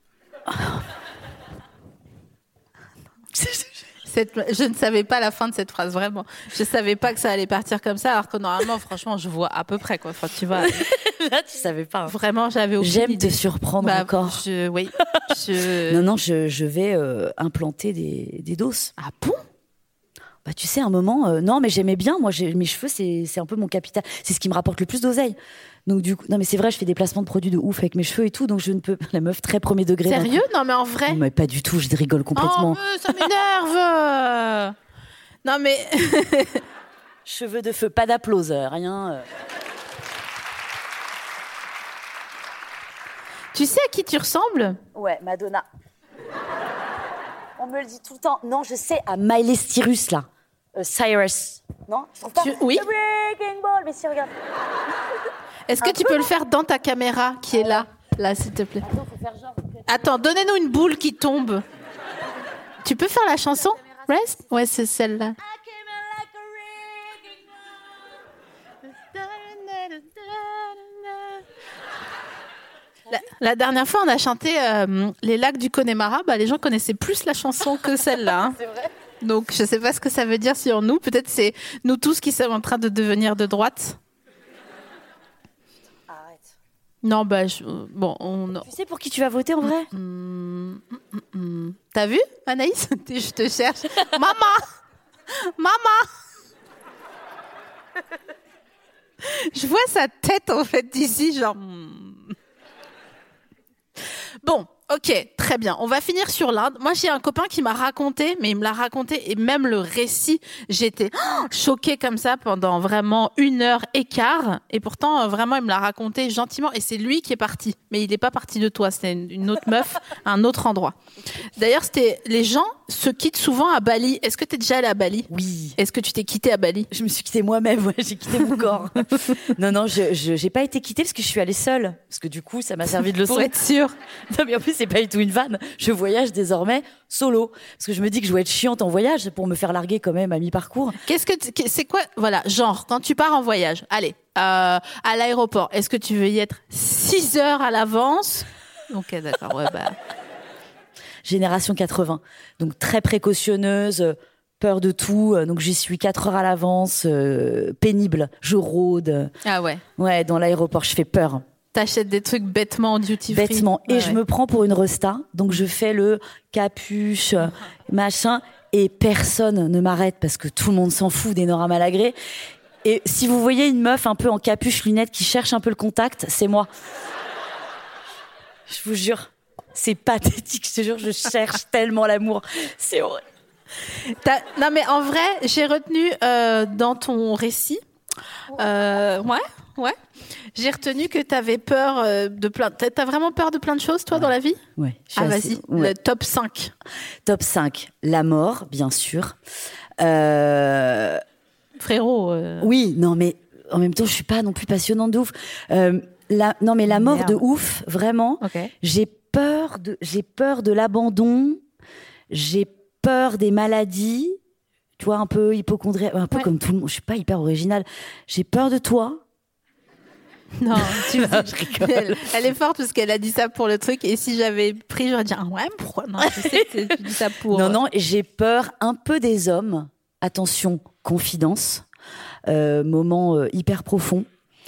Cette, je ne savais pas la fin de cette phrase, vraiment. Je savais pas que ça allait partir comme ça, alors que normalement, franchement, je vois à peu près, quoi. Enfin, tu vois. Là, tu savais pas. Hein. Vraiment, j'avais aucune J'aime idée. te surprendre bah, encore. Je, oui. Je... Non, non, je, je vais euh, implanter des, des doses. Ah bon? Bah, tu sais, à un moment, euh, non, mais j'aimais bien. Moi, j'ai, mes cheveux, c'est, c'est un peu mon capital. C'est ce qui me rapporte le plus d'oseille. Donc, du coup, non, mais c'est vrai, je fais des placements de produits de ouf avec mes cheveux et tout. Donc, je ne peux. La meuf très premier degré. Sérieux? Non, mais en vrai? Non, mais pas du tout. Je rigole complètement. Oh, ça m'énerve! Non, mais. Cheveux de feu, pas d'applause, rien. Euh... Tu sais à qui tu ressembles? Ouais, Madonna. On me le dit tout le temps. Non, je sais, à Miley Cyrus, là. Euh, Cyrus. Non, je trouve pas. Tu... Oui. The Breaking Ball, mais si, regarde. Est-ce que Un tu peu, peux non le faire dans ta caméra qui est là? Là, s'il te plaît. Attends, faut faire genre. Attends, donnez-nous une boule qui tombe. Tu peux faire la chanson? Rest? Ouais, c'est celle-là. La, la dernière fois, on a chanté euh, Les lacs du Connemara. Bah, les gens connaissaient plus la chanson que celle-là. Hein. C'est vrai. Donc, je ne sais pas ce que ça veut dire sur nous. Peut-être c'est nous tous qui sommes en train de devenir de droite. Arrête. Non, bah, je, bon, on. Tu sais pour qui tu vas voter en vrai? Mmh, mmh, mmh. T'as vu, Anaïs? Je te cherche. Maman, maman. Je vois sa tête en fait d'ici, genre. Bon, ok, très bien. On va finir sur l'Inde. Moi, j'ai un copain qui m'a raconté, mais il me l'a raconté, et même le récit, j'étais oh, choquée comme ça pendant vraiment une heure et quart. Et pourtant, vraiment, il me l'a raconté gentiment, et c'est lui qui est parti. Mais il n'est pas parti de toi, c'était une autre meuf à un autre endroit. D'ailleurs, c'était les gens se quittent souvent à Bali. Est-ce que tu es déjà allée à Bali? Oui. Est-ce que tu t'es quittée à Bali? Je me suis quittée moi-même, ouais, j'ai quitté mon corps. Non, non, je, je j'ai pas été quittée parce que je suis allée seule. Parce que du coup, ça m'a servi de leçon. Pour être sûre. Non, mais en plus, c'est pas du tout une vanne. Je voyage désormais solo. Parce que je me dis que je vais être chiante en voyage pour me faire larguer quand même à mi-parcours. Qu'est-ce que t- c'est quoi, voilà, genre, quand tu pars en voyage, allez, euh, à l'aéroport, est-ce que tu veux y être six heures à l'avance? Ok, d'accord, ouais, bah. Génération quatre-vingts. Donc, très précautionneuse, peur de tout. Donc, j'y suis quatre heures à l'avance, euh, pénible. Je rôde. Ah ouais. Ouais, dans l'aéroport, je fais peur. T'achètes des trucs bêtement en duty free. Bêtement. Et ouais, je ouais. me prends pour une resta. Donc, je fais le capuche, machin. Et personne ne m'arrête parce que tout le monde s'en fout des Nora Malagré. Et si vous voyez une meuf un peu en capuche, lunettes, qui cherche un peu le contact, c'est moi. Je vous jure. C'est pathétique, je te jure, je cherche tellement l'amour. C'est horrible. T'as... Non, mais en vrai, j'ai retenu euh, dans ton récit. Euh, ouais, ouais. J'ai retenu que t'avais peur euh, de plein. T'as, t'as vraiment peur de plein de choses, toi, dans la vie? Ouais. Ah, assez... vas-y, ouais. Le top cinq. Top cinq. La mort, bien sûr. Euh... Frérot. Euh... Oui, non, mais en même temps, je suis pas non plus passionnante de ouf. Euh, la... Non, mais la mort Merde. de ouf, vraiment. Okay. J'ai peur de, j'ai peur de l'abandon. J'ai peur des maladies. Tu vois, un peu hypochondriaque, un peu Ouais. comme tout le monde. Je suis pas hyper originale. J'ai peur de toi. Non, tu Non, je rigole. elle, elle est forte parce qu'elle a dit ça pour le truc. Et si j'avais pris, j'aurais dit ah ouais, pourquoi non? Je sais que tu dis ça pour. Non, non, j'ai peur un peu des hommes. Attention, confidence. Euh, moment euh, hyper profond.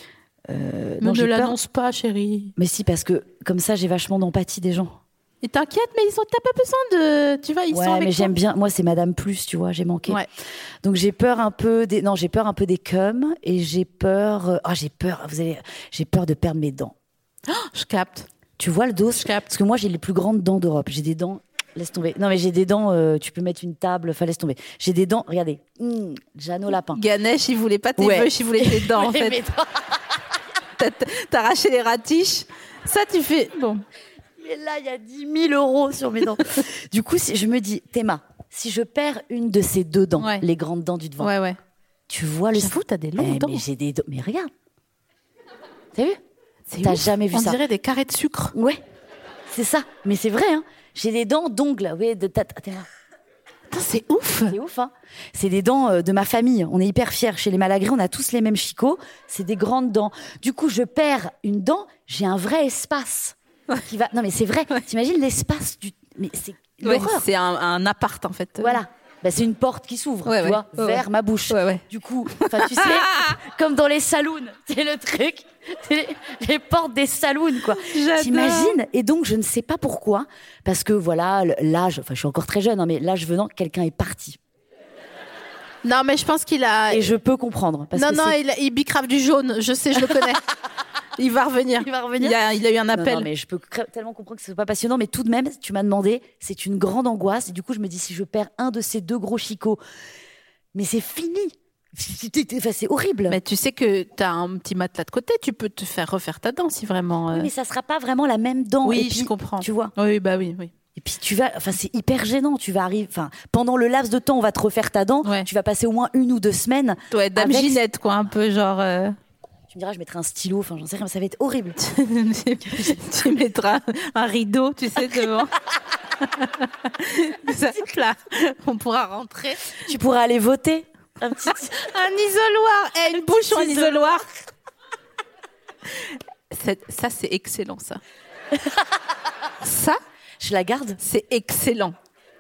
Euh, Mais non, ne j'ai peur. l'annonce pas, chérie. Mais si, parce que comme ça, j'ai vachement d'empathie des gens. Et t'inquiète, mais ils sont. T'as pas besoin de. Tu vois, ils ouais, sont avec mais toi. j'aime bien. Moi, c'est Madame Plus, tu vois, j'ai manqué. Ouais. Donc j'ai peur un peu des. Non, j'ai peur un peu des cums et j'ai peur. euh, Ah, j'ai peur. Vous allez. J'ai peur de perdre mes dents. Je capte. Tu vois le dos? Je capte. Parce que moi, j'ai les plus grandes dents d'Europe. J'ai des dents. Laisse tomber. Non, mais j'ai des dents. euh, tu peux mettre une table. Enfin, laisse tomber. J'ai des dents. Regardez. Mmh, Jeannot Lapin. Ganesh, il voulait pas tes Ouais. vœux, il voulait tes dents en Ouais, fait. mes dents. T'as t'as arraché les ratiches. Ça, tu fais. Bon. Mais là, il y a dix mille euros sur mes dents. Du coup, si je me dis, Théma, si je perds une de ces deux dents, Ouais. les grandes dents du devant, Ouais, ouais. tu vois le. J'avoue, t'as des longues Eh, dents. Mais j'ai des dents. Mais regarde. T'as vu? C'est T'as ouf. jamais vu On ça? dirait des carrés de sucre. Ouais. C'est ça. Mais c'est vrai, hein. J'ai des dents d'ongles. Oui, de ta. Théma. Putain, c'est ouf. C'est ouf, hein. C'est des dents euh, de ma famille. On est hyper fiers. Chez les Malagrés, on a tous les mêmes chicots. C'est des grandes dents. Du coup, je perds une dent, j'ai un vrai espace. Qui va... Non, mais c'est vrai. T'imagines l'espace du. Mais c'est Ouais, l'horreur. c'est un, un appart en fait. Voilà. Bah, c'est une porte qui s'ouvre, Ouais, tu ouais. vois, Ouais, vers ouais. ma bouche. Ouais, ouais. Du coup, enfin, tu sais, comme dans les saloons, c'est le truc, c'est les, les portes des saloons, quoi. J'adore. T'imagines? Et donc, je ne sais pas pourquoi, parce que voilà, l'âge, enfin, je suis encore très jeune, hein, mais l'âge venant, quelqu'un est parti. Non, mais je pense qu'il a. Et je peux comprendre. Parce non, que non, c'est- il, il bicrave du jaune. Je sais, je le connais. Il va revenir. Il va revenir. Il a, il a eu un Non, appel. non, mais je peux cr- tellement comprendre que ce soit pas passionnant, mais tout de même, tu m'as demandé, c'est une grande angoisse. Et du coup, je me dis, si je perds un de ces deux gros chicots, mais c'est fini. Enfin, c'est horrible. Mais tu sais que t'as un petit matelas de côté. Tu peux te faire refaire ta dent si vraiment. euh, Oui, mais ça sera pas vraiment la même dent. Oui, Et puis, je comprends. Tu vois. Oui, bah oui, oui. Et puis tu vas, enfin c'est hyper gênant. Tu vas arriver, enfin pendant le laps de temps, on va te refaire ta dent. Ouais. Tu vas passer au moins une ou deux semaines. Ouais, Dame avec- Ginette, quoi, un peu genre. euh, Tu me diras, je mettrai un stylo. Enfin, j'en sais rien, mais ça va être horrible. tu mettras un rideau, tu sais, devant. Ça, là, on pourra rentrer. Tu pourras aller voter. Un petit. Un isoloir, eh, une bouche en isoloir. C'est- Ça, c'est excellent, ça. Ça, Je la garde. c'est excellent.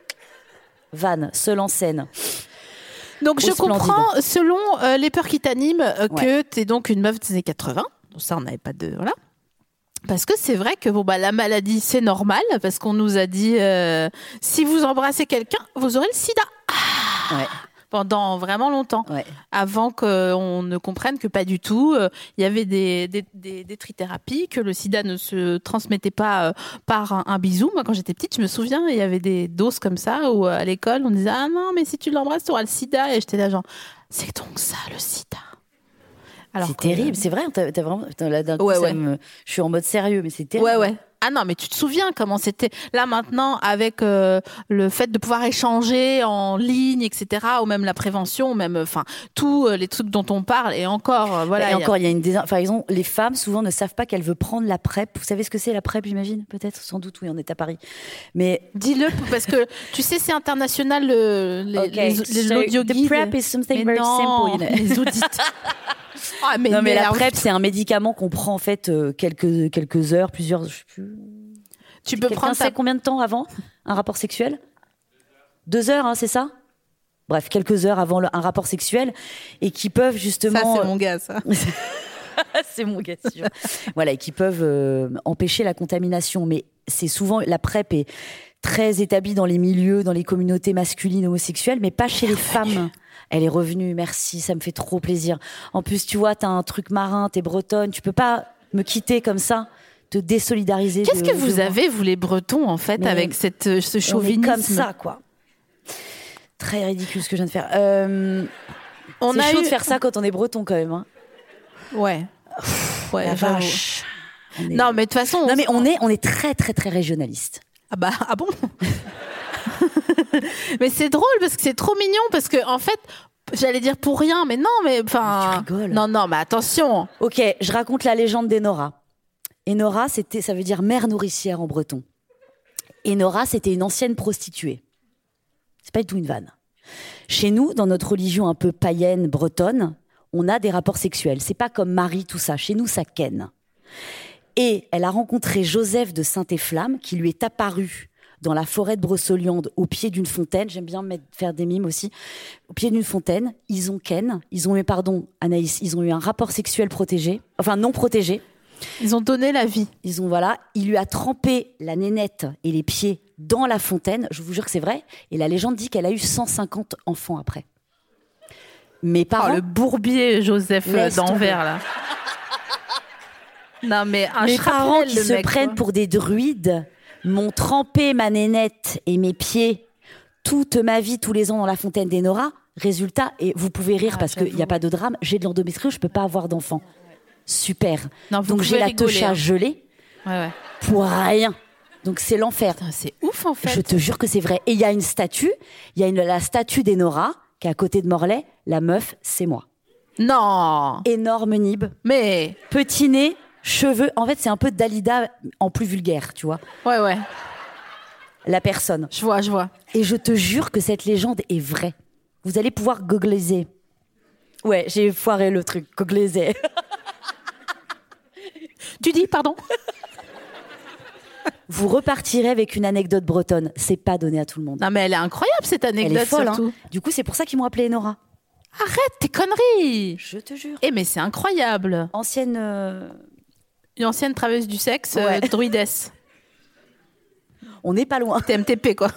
Van, seule en scène. Donc, Au je Splendide. comprends, selon euh, les peurs qui t'animent, euh, Ouais. que t'es donc une meuf des années quatre-vingts. Donc ça, on n'avait pas de... Voilà. Parce que c'est vrai que bon, bah, la maladie, c'est normal, parce qu'on nous a dit, euh, si vous embrassez quelqu'un, vous aurez le sida. Ouais. Pendant vraiment longtemps. Ouais. Avant qu'on ne comprenne que pas du tout. euh, Il y avait des, des, des, des trithérapies, que le sida ne se transmettait pas euh, par un, un bisou. Moi, quand j'étais petite, je me souviens, il y avait des doses comme ça où euh, à l'école, on disait « Ah non, mais si tu l'embrasses, tu auras le sida ». Et j'étais là genre « C'est donc ça, le sida ». Alors C'est que- terrible, c'est vrai. T'as, t'as vraiment. Putain, là, d'un coup, Ouais, ça ouais. me- Je suis en mode sérieux, mais c'est terrible. Ouais, ouais. Ah non, mais tu te souviens comment c'était. Là, maintenant, avec euh, le fait de pouvoir échanger en ligne, et cetera, ou même la prévention, même, enfin, tous euh, les trucs dont on parle, et encore, euh, voilà. Et il y a- encore, il y a une désin... Par exemple, les femmes souvent ne savent pas qu'elles veulent prendre la PrEP. Vous savez ce que c'est la PrEP, j'imagine? Peut-être, sans doute, oui, on est à Paris. Mais Dis-le, parce que tu sais, c'est international, le, les, Ok, les- les- so l'audio the guide. PrEP is something Mais very non, simple, you know. les auditeurs. Ah, mais non, mais la merde. PrEP, c'est un médicament qu'on prend en fait euh, quelques quelques heures, plusieurs. Je sais plus. Tu peux Quelqu'un prendre sait ta... combien de temps avant un rapport sexuel? Deux heures, hein, c'est ça? Bref, quelques heures avant le- un rapport sexuel et qui peuvent Ça, justement. c'est mon gars, ça. c'est mon gars sûr. Voilà, et qui peuvent euh, empêcher la contamination. Mais c'est souvent la PrEP est très établie dans les milieux, dans les communautés masculines homosexuelles, mais pas chez les femmes. Elle est revenue, merci, ça me fait trop plaisir. En plus, tu vois, t'as un truc marin, t'es bretonne, tu peux pas me quitter comme ça, te désolidariser. Qu'est-ce de- que de vous moi. avez, vous les Bretons, en fait, Mais avec cette, euh, ce On est chauvinisme? comme ça, quoi. Très ridicule ce que je viens de faire. Euh, On c'est a chaud eu... de faire ça quand on est breton, quand même. Hein. Ouais. Ouais, La j'avoue. vache. On est- Non, mais de toute façon... Non, on- mais on est, on est très, très, très régionaliste. Ah bah, ah bon? Mais c'est drôle, parce que c'est trop mignon, parce que, en fait... J'allais dire pour rien, mais non, mais enfin. Tu rigoles. Non, non, mais attention. Ok, je raconte la légende d'Enora. Enora, c'était, ça veut dire mère nourricière en breton. Enora, c'était une ancienne prostituée. C'est pas du tout une vanne. Chez nous, dans notre religion un peu païenne, bretonne, on a des rapports sexuels. C'est pas comme Marie, tout ça. Chez nous, ça ken. Et elle a rencontré Joseph de Saint-Efflamme, qui lui est apparu dans la forêt de Brocéliande, au pied d'une fontaine. J'aime bien mettre, faire des mimes aussi. Au pied d'une fontaine, ils ont ken. Ils ont eu, pardon, Anaïs, ils ont eu un rapport sexuel protégé. Enfin, non protégé. Ils ont donné la vie. Ils ont, voilà. Il lui a trempé la nénette et les pieds dans la fontaine. Je vous jure que c'est vrai. Et la légende dit qu'elle a eu cent cinquante enfants après. Mes parents. Oh, le bourbier Joseph d'Anvers, là. Non, mais un Mes parents le qui se mec, prennent quoi. pour des druides m'ont trempé ma nénette et mes pieds toute ma vie, tous les ans dans la fontaine des Nora. Résultat, et vous pouvez rire Ah, parce qu'il n'y a pas de drame, j'ai de l'endométriose, je ne peux pas avoir d'enfant. Super. Non, vous Donc pouvez j'ai la rigoler, techa hein. gelée Ouais, ouais. pour rien. Donc c'est l'enfer. Putain, c'est ouf, en fait. Je te jure que c'est vrai. Et il y a une statue, il y a une, la statue des Nora qui est à côté de Morlaix. La meuf, c'est moi. Non. Énorme nib, Mais, petit nez, cheveux. En fait, c'est un peu Dalida en plus vulgaire, tu vois. ouais, ouais. La personne. Je vois, je vois. Et je te jure que cette légende est vraie. Vous allez pouvoir googliser. Ouais, j'ai foiré le truc. Googliser. Tu dis, pardon? Vous repartirez avec une anecdote bretonne. C'est pas donné à tout le monde. Non, mais elle est incroyable, cette Elle anecdote, est folle, surtout. hein. Du coup, c'est pour ça qu'ils m'ont appelée Nora. Arrête tes conneries. Je te jure. Eh, mais c'est incroyable. Ancienne. euh, Une ancienne travailleuse du sexe, Ouais. euh, druidesse. On n'est pas loin. T M T P, quoi.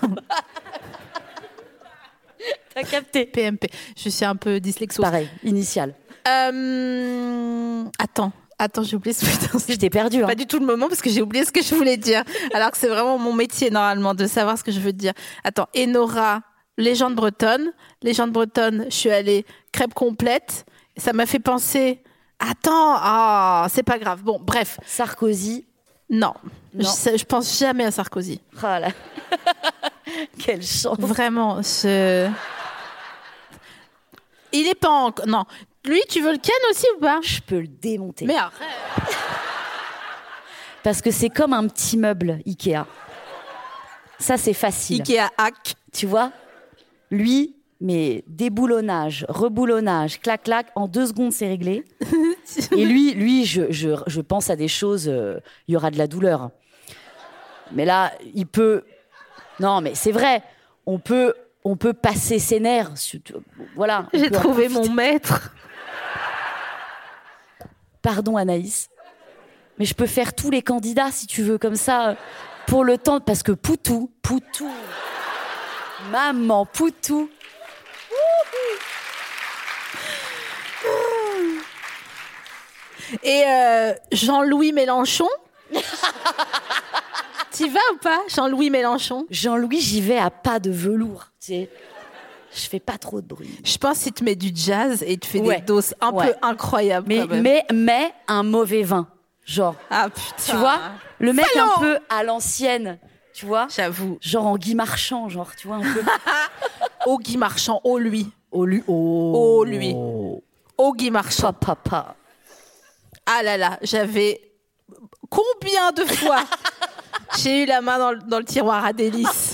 T'as capté. P M P. Je suis un peu dyslexo. Pareil, initial. Euh... Attends, attends, j'ai oublié ce putain. Je t'ai perdu. Hein. Pas du tout le moment parce que j'ai oublié ce que je voulais dire. Alors que c'est vraiment mon métier normalement de savoir ce que je veux dire. Attends, Enora, légende bretonne. Légende bretonne, je suis allée crêpe complète. Ça m'a fait penser. Attends, ah, c'est pas grave. Bon, bref. Sarkozy. Non, Non. Je, je pense jamais à Sarkozy. Ah là. Quelle chance. Vraiment, ce... il est pas encore. Non, lui, tu veux le ken aussi ou pas? Je peux le démonter. Mais arrête. Parce que c'est comme un petit meuble Ikea. Ça, c'est facile. Ikea hack. Tu vois, lui, mais déboulonnage, reboulonnage, clac, clac, en deux secondes, c'est réglé. Et lui, lui, je, je, je pense à des choses, euh, il y aura de la douleur. Mais là, il peut... Non, mais c'est vrai, on peut, on peut passer ses nerfs. Voilà. on J'ai peut en trouvé profiter. mon maître. Pardon, Anaïs. Mais je peux faire tous les candidats, si tu veux, comme ça, pour le temps. Parce que Poutou, Poutou, maman, Poutou. Et euh, Jean-Louis Mélenchon. T'y vas ou pas, Jean-Louis Mélenchon? Jean-Louis, j'y vais à pas de velours. Tu sais. Je fais pas trop de bruit. Je pense qu'il te met du jazz et il te fait Ouais. des doses un Ouais. peu incroyables. Mais, quand même. mais, mais un mauvais vin. Genre, Ah putain. tu vois, le mec Salaud. un peu à l'ancienne, tu vois, J'avoue. genre en Guy Marchand, genre, tu vois, un peu. Au Guy Marchand, au lui. Oh, lui, oh. Oh, lui. Au Guy Marchand. Papa, papa. Ah là là, j'avais combien de fois j'ai eu la main dans le, dans le tiroir à délices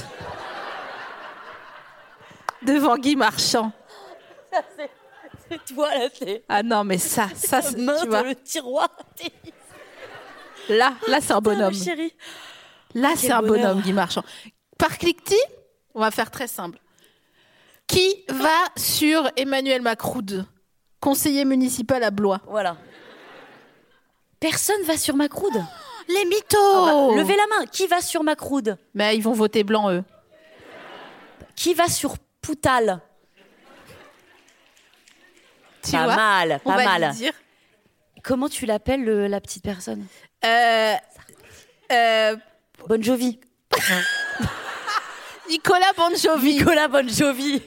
devant Guy Marchand. C'est toi, là, c'est. Ah non, mais ça, ça, c'est- Main tu dans vois, le tiroir. là, là, c'est un bonhomme. Putain, chérie. Là, Quel c'est un bonheur. bonhomme, Guy Marchand. Par cliquetis, on va faire très simple. Qui va sur Emmanuel Macroud, conseiller municipal à Blois? Voilà. Personne va sur ma croude. Les mythos. Levez la main. Qui va sur ma croude? Mais ils vont voter blanc, eux. Qui va sur Poutal? Tu Pas vois, mal, on pas va mal. lui dire. Comment tu l'appelles, le- la petite personne? Euh, euh, Bon Jovi. Nicolas Bon Jovi. Nicolas Bon Jovi.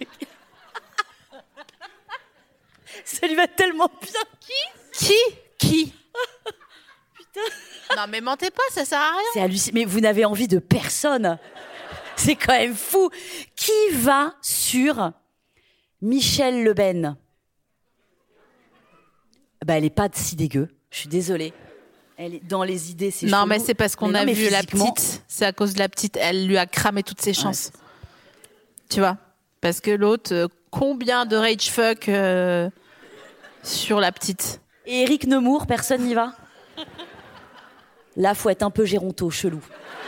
Ça lui va tellement bien. Qui? Qui Qui Putain. Non mais mentez pas, ça sert à rien. C'est hallucinant. Mais vous n'avez envie de personne. C'est quand même fou. Qui va sur Michel Le Pen? Bah, elle est pas si dégueu. Je suis désolée. Elle est dans les idées, c'est Non chelou. mais c'est parce qu'on Mais a non, mais vu la physiquement- petite. C'est à cause de la petite. Elle lui a cramé toutes ses chances. Tu vois. Parce que l'autre, euh, combien de rage fuck euh, sur la petite. Et Éric Nemours, personne n'y va. Là, faut être un peu géronto, chelou.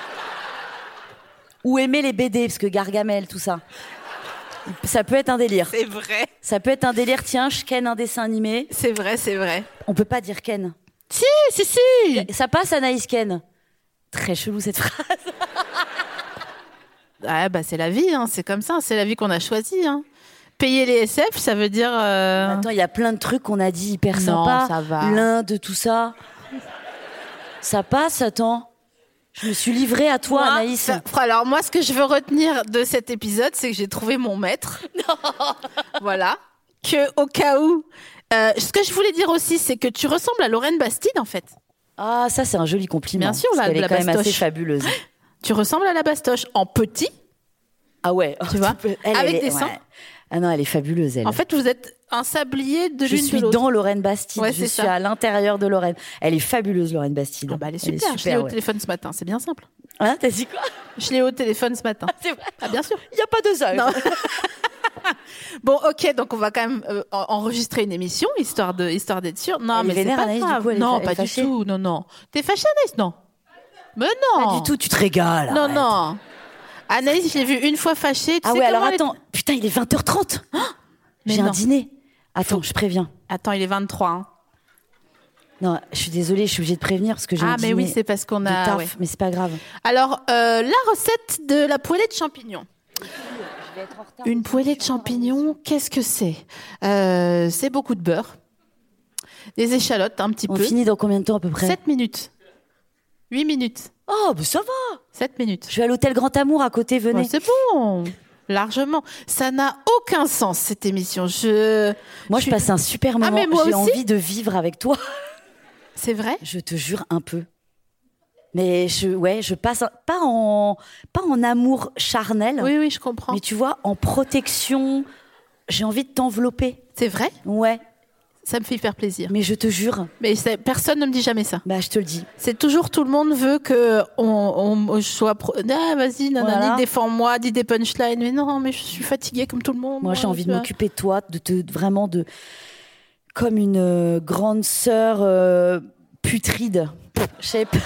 Ou aimer les B D, parce que Gargamel, tout ça. Ça peut être un délire. C'est vrai. Ça peut être un délire. Tiens, je ken un dessin animé. C'est vrai, c'est vrai. On peut pas dire ken. Si, si, si. Ça passe, Anaïs Ken. Très chelou cette phrase. Ah bah c'est la vie, hein. C'est comme ça, c'est la vie qu'on a choisie. Hein. Payer les S F, ça veut dire. Euh... Attends, il y a plein de trucs qu'on a dit hyper non, sympas. Ça va. L'Inde, tout ça. Ça passe, attends. Je me suis livrée à toi, moi, Anaïs. Ça... Alors moi, ce que je veux retenir de cet épisode, c'est que j'ai trouvé mon maître. Non. Voilà. Que au cas où. Euh, ce que je voulais dire aussi, c'est que tu ressembles à Lorraine Bastide, en fait. Ah, ça, c'est un joli compliment. Bien sûr, parce la, qu'elle la est quand bastoche. même assez fabuleuse. Tu ressembles à la Bastoche en petit. Ah ouais. Tu vois, elle, avec elle est, des seins. ouais. Ah non, elle est fabuleuse, elle. En fait, vous êtes un sablier de je l'une suis de l'autre. dans Lorraine Bastide. Ouais, je c'est suis ça. à l'intérieur de Lorraine. Elle est fabuleuse, Lorraine Bastide. Ah bah, elle est Elle super. est Je l'ai au ouais. téléphone ce matin. C'est bien simple. Hein, t'as dit quoi? Je l'ai au téléphone ce matin. C'est vrai. Ah bien sûr. Il n'y a pas de ça. Non. Bon, ok, donc on va quand même euh, enregistrer une émission, histoire de, histoire d'être sûr. Non, Elle mais est c'est vénère, pas Anaïs, grave. du coup, elle est non, fa- pas elle est du fâchée. tout. Non, non. T'es fâchée, Anaïs? Non. Mais non. Pas du tout, tu te régales. Non, arrête. non. Anaïs, je l'ai vue une fois fâchée. Tu Ah sais ouais, alors comment elle attends. Putain, il est vingt heures trente. Mais J'ai un non. dîner. Attends, Faut- je préviens. est... Attends, il est vingt-trois. Hein. Non, je suis désolée, je suis obligée de prévenir parce que j'ai Ah, un mais dîner oui, c'est parce qu'on de a. taf, ouais. mais c'est pas grave. Alors, euh, la recette de la poêlée de champignons. Une poêlée de champignons, qu'est-ce que c'est? euh, C'est beaucoup de beurre, des échalotes, un petit On peu. finit dans combien de temps à peu près? sept minutes. huit minutes. Oh, bah ça va. sept minutes. Je vais à l'hôtel Grand Amour à côté, venez. Ouais, c'est bon. Largement. Ça n'a aucun sens, cette émission. Je... Moi, je, je passe un super moment. mais moi J'ai aussi. envie de vivre avec toi. C'est vrai? Je te jure un peu. Mais je, ouais, je passe un- pas en, pas en amour charnel, Oui, oui, je comprends. mais tu vois, en protection. J'ai envie de t'envelopper. C'est vrai? Ouais, Ça me fait hyper plaisir. mais je te jure. Mais c'est- personne ne me dit jamais ça. Bah, je te le dis. C'est toujours tout le monde veut que on, on je sois pro... ah vas-y nanani, Voilà. défends-moi, dis des punchlines. Mais non, mais je suis fatiguée comme tout le monde. Moi, j'ai envie tu de vois. m'occuper de toi, de te vraiment de comme une euh, grande sœur euh, putride. Je sais pas.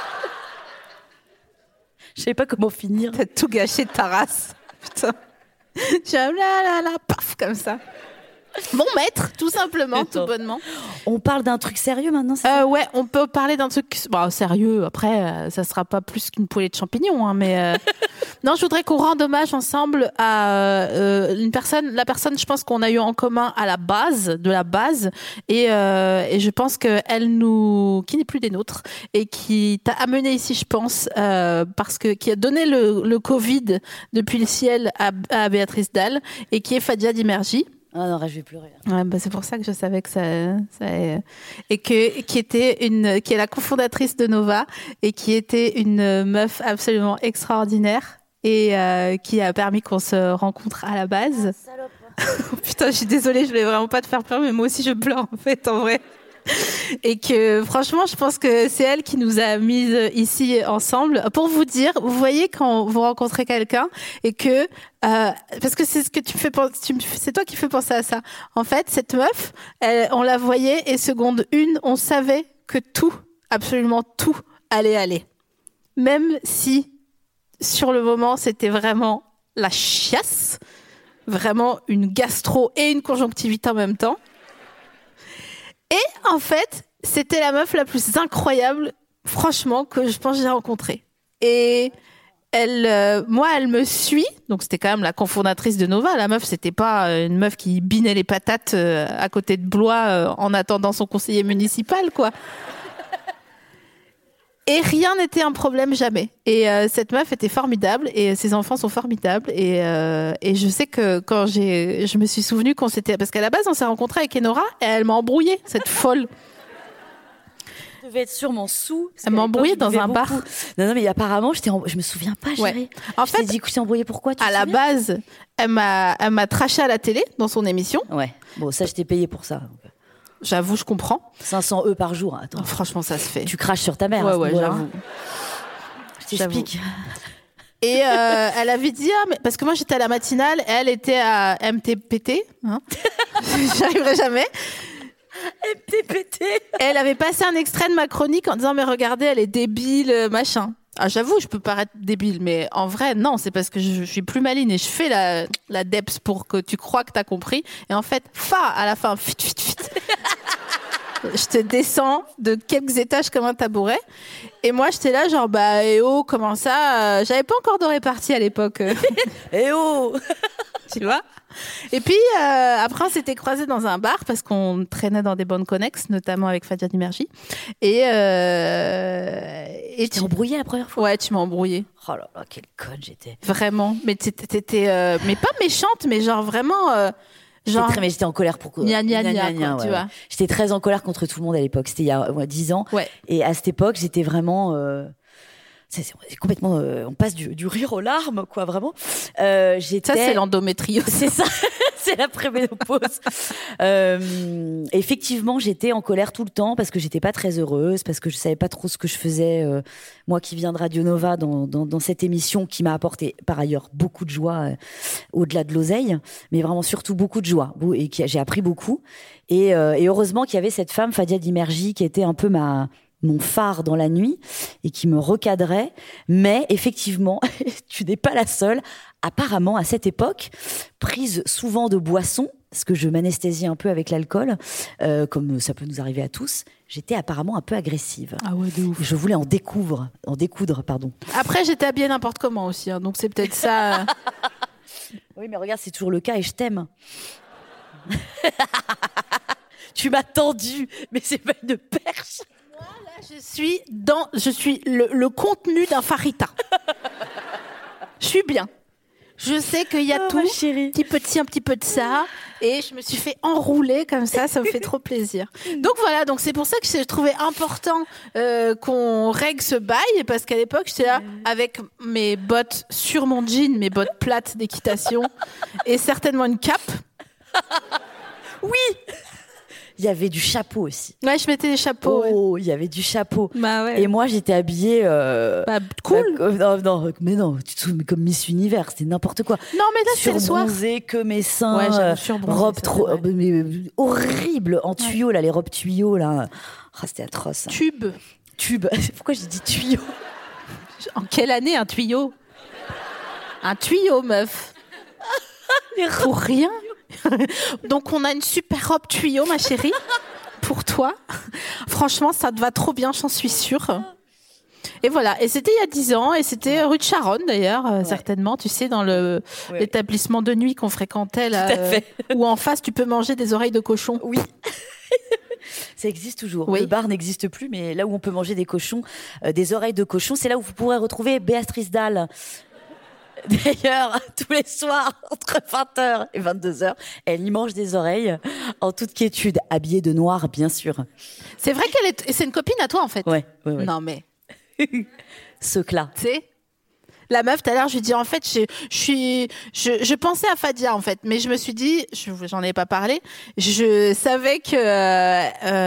Je sais pas comment finir. T'as tout gâché de ta race. Putain. J'ai un là là là paf comme ça. Mon maître, tout simplement, Attends. tout bonnement. On parle d'un truc sérieux maintenant, c'est ça? Euh, ouais, on peut parler d'un truc bon, sérieux. Après, euh, ça sera pas plus qu'une poêlée de champignons, hein, mais euh... non, je voudrais qu'on rende hommage ensemble à euh, une personne, la personne, je pense qu'on a eu en commun à la base, de la base, et, euh, et je pense que elle nous, qui n'est plus des nôtres, et qui t'a amené ici, je pense, euh, parce que qui a donné le, le Covid depuis le ciel à, à Béatrice Dalle, et qui est Fadia Dimerji. Ah non, je vais pleurer. Là. Ouais, bah c'est pour ça que je savais que ça, ça et que qui était une qui est la cofondatrice de Nova et qui était une meuf absolument extraordinaire et euh, qui a permis qu'on se rencontre à la base. Oh, putain, je suis désolée, je voulais vraiment pas te faire pleurer, mais moi aussi je pleure en fait en vrai. Et que franchement, je pense que c'est elle qui nous a mises ici ensemble. Pour vous dire, vous voyez quand vous rencontrez quelqu'un et que euh, parce que c'est ce que tu me fais penser, tu me- c'est toi qui fais penser à ça. En fait, cette meuf, elle, on la voyait et seconde une, on savait que tout, absolument tout, allait aller. Même si sur le moment c'était vraiment la chiasse, vraiment une gastro et une conjonctivite en même temps. Et en fait, c'était la meuf la plus incroyable, franchement, que je pense que j'ai rencontrée. Et elle, euh, moi, elle me suit. Donc, c'était quand même la cofondatrice de Nova. La meuf, c'était pas euh, une meuf qui binait les patates euh, à côté de Blois euh, en attendant son conseiller municipal, quoi. Et rien n'était un problème, jamais. Et euh, cette meuf était formidable et ses enfants sont formidables. Et, euh, et je sais que quand j'ai, je me suis souvenue qu'on s'était, parce qu'à la base on s'est rencontrés avec Enora et elle m'a embrouillée, cette folle. Je devais être sûrement sous. parce Elle qu'à m'a embrouillée l'époque, je dans un buvais bar. beaucoup. Non, non, mais apparemment, j'étais en... je me souviens pas, Ouais. chérie. En Je t'ai fait, dit que je t'ai embrouillé pourquoi tu à te la souviens base, elle m'a, elle m'a traché à la télé dans son émission. Ouais. Bon, ça, je t'ai payé pour ça. donc. J'avoue, je comprends. cinq cents E par jour. Attends. Oh, franchement, ça se fait. Tu craches sur ta mère. Ouais, à ce ouais, niveau-là, j'avoue. hein. Je t'explique. Et euh, elle avait dit, ah, mais... parce que moi j'étais à la matinale, et elle était à M T P T. Hein J'y arriverai jamais. M T P T. Elle avait passé un extrait de ma chronique en disant, mais regardez, elle est débile, machin. Ah, j'avoue, je peux paraître débile, mais en vrai, non, c'est parce que je, je suis plus maligne et je fais la, la deps pour que tu crois que t'as compris. Et en fait, fa, à la fin, fit, fit, fit. Je te descends de quelques étages comme un tabouret. Et moi, j'étais là, genre, bah, eh oh, comment ça euh, j'avais pas encore de répartie à l'époque. Eh oh. Tu vois. Et puis, euh, après, on s'était croisés dans un bar parce qu'on traînait dans des bonnes connexes, notamment avec Fadia Dimerji. Et, euh, et tu t'es embrouillée la première fois? Ouais, tu m'as embrouillée. Oh là là, quelle conne j'étais. Vraiment. Mais t'étais, t'étais euh, mais pas méchante, mais genre vraiment, euh, genre. J'étais très, mais j'étais en colère pour quoi? Gna gna gna, gna, gna, quoi, ouais, tu ouais. vois. J'étais très en colère contre tout le monde à l'époque. C'était il y a ouais, dix ans. Ouais. Et à cette époque, j'étais vraiment, euh, c'est, c'est complètement, euh, on passe du, du rire aux larmes, quoi, vraiment. Euh, j'étais... Ça, c'est l'endométriose. C'est ça. C'est la préménopause. euh, effectivement, j'étais en colère tout le temps parce que j'étais pas très heureuse, parce que je savais pas trop ce que je faisais. Euh, moi qui viens de Radio Nova dans, dans, dans cette émission qui m'a apporté par ailleurs beaucoup de joie euh, au-delà de l'oseille, mais vraiment surtout beaucoup de joie et qui j'ai appris beaucoup. Et, euh, et heureusement qu'il y avait cette femme Fadia Dimerji qui était un peu ma mon phare dans la nuit et qui me recadrait. Mais effectivement, tu n'es pas la seule. Apparemment, à cette époque, prise souvent de boissons, parce que je m'anesthésie un peu avec l'alcool, euh, comme ça peut nous arriver à tous, j'étais apparemment un peu agressive. Ah ouais, de ouf. Je voulais en découdre, en découdre, pardon. Après, j'étais habillée n'importe comment aussi, hein, donc c'est peut-être ça. Oui, mais regarde, c'est toujours le cas et je t'aime. Tu m'as tendu, mais c'est pas une perche. Moi, là, je suis dans, je suis le, le contenu d'un farita. Je suis bien. Je sais qu'il y a oh, tout, un petit peu de ci, un petit peu de ça, et je me suis fait enrouler comme ça, ça me fait trop plaisir. Donc voilà, donc c'est pour ça que je trouvais important euh, qu'on règle ce bail, parce qu'à l'époque, j'étais là avec mes bottes sur mon jean, mes bottes plates d'équitation, et certainement une cape. Oui. Il y avait du chapeau aussi. Ouais, je mettais des chapeaux. Oh, ouais. Il y avait du chapeau. Bah ouais. Et moi, j'étais habillée. Euh, bah, cool. Bah, non, non, mais non, tu te souviens comme Miss Univers, c'était n'importe quoi. Non, mais là, c'est le soir. Surbronzée, que mes seins. Ouais, euh, robe trop, euh, mais, euh, horrible en tuyaux ouais. là, les robes tuyaux là. Oh, c'était atroce. Tube. Tube. Pourquoi j'ai dit tuyau? En quelle année un tuyau? Un tuyau, meuf. Pour rien. Donc on a une super robe tuyau, ma chérie, pour toi. Franchement, ça te va trop bien, j'en suis sûre. Et voilà, et c'était il y a dix ans, et c'était rue de Charonne d'ailleurs, ouais. certainement, tu sais, dans le ouais. l'établissement de nuit qu'on fréquentait, là, tout à fait. Euh, où en face tu peux manger des oreilles de cochon. Oui. Ça existe toujours. Oui. Le bar n'existe plus, mais là où on peut manger des cochons, euh, des oreilles de cochon, c'est là où vous pourrez retrouver Béatrice Dalle. D'ailleurs, tous les soirs, entre vingt heures et vingt-deux heures, elle y mange des oreilles en toute quiétude, habillée de noir, bien sûr. C'est vrai qu'elle est, c'est une copine à toi, en fait. Ouais, ouais, ouais. Non, mais. Ce clat. Tu sais, la meuf, tout à l'heure, je lui dis, en fait, je, je suis, je, je pensais à Fadia, en fait, mais je me suis dit, je, j'en ai pas parlé, je savais que, euh,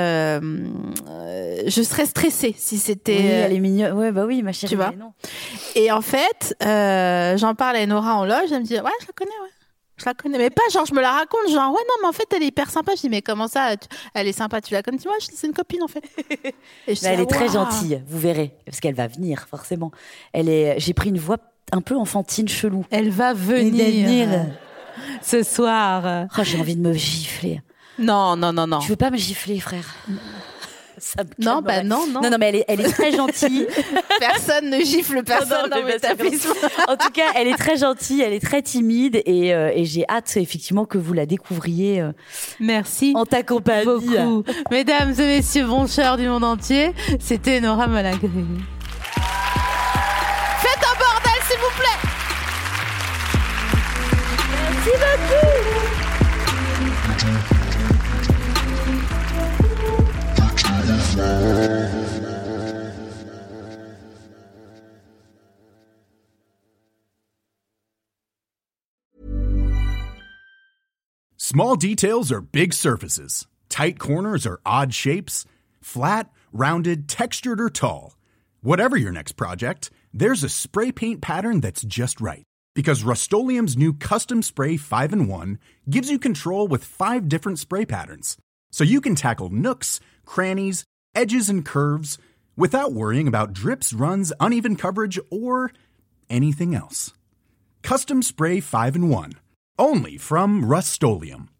euh, je serais stressée si c'était. Oui, elle est mignonne. Ouais, bah oui, ma chérie. Tu vois. Non. Et en fait, euh, j'en parle à Nora en loge, elle me dit, ouais, je la connais, ouais. Je la connais, mais pas genre je me la raconte, genre ouais non mais en fait elle est hyper sympa. Je dis mais comment ça, tu... elle est sympa, tu la connais? Tu vois, c'est une copine en fait. Et je dis, elle est très gentille, vous verrez, parce qu'elle va venir forcément. Elle est, j'ai pris une voix un peu enfantine, chelou. Elle va venir, venir. ce soir. Oh, j'ai envie de me gifler. Non non non non. Tu veux pas me gifler, frère? Ça me non, bah non, non. Non, non, mais elle est, elle est très gentille. Personne ne gifle personne non, non, dans l'établissement. En tout cas, elle est très gentille, elle est très timide et, euh, et j'ai hâte effectivement que vous la découvriez. Euh, Merci. En ta compagnie. Beaucoup. Mesdames et messieurs, boncheurs du monde entier, c'était Nora Malagré. Faites un bordel, s'il vous plaît. Merci beaucoup. Small details are big surfaces. Tight corners are odd shapes. Flat, rounded, textured, or tall. Whatever your next project, there's a spray paint pattern that's just right. Because Rust-Oleum's new Custom Spray five in one gives you control with five different spray patterns. So you can tackle nooks, crannies, edges, and curves without worrying about drips, runs, uneven coverage, or anything else. Custom Spray five in one. Only from Rust-Oleum.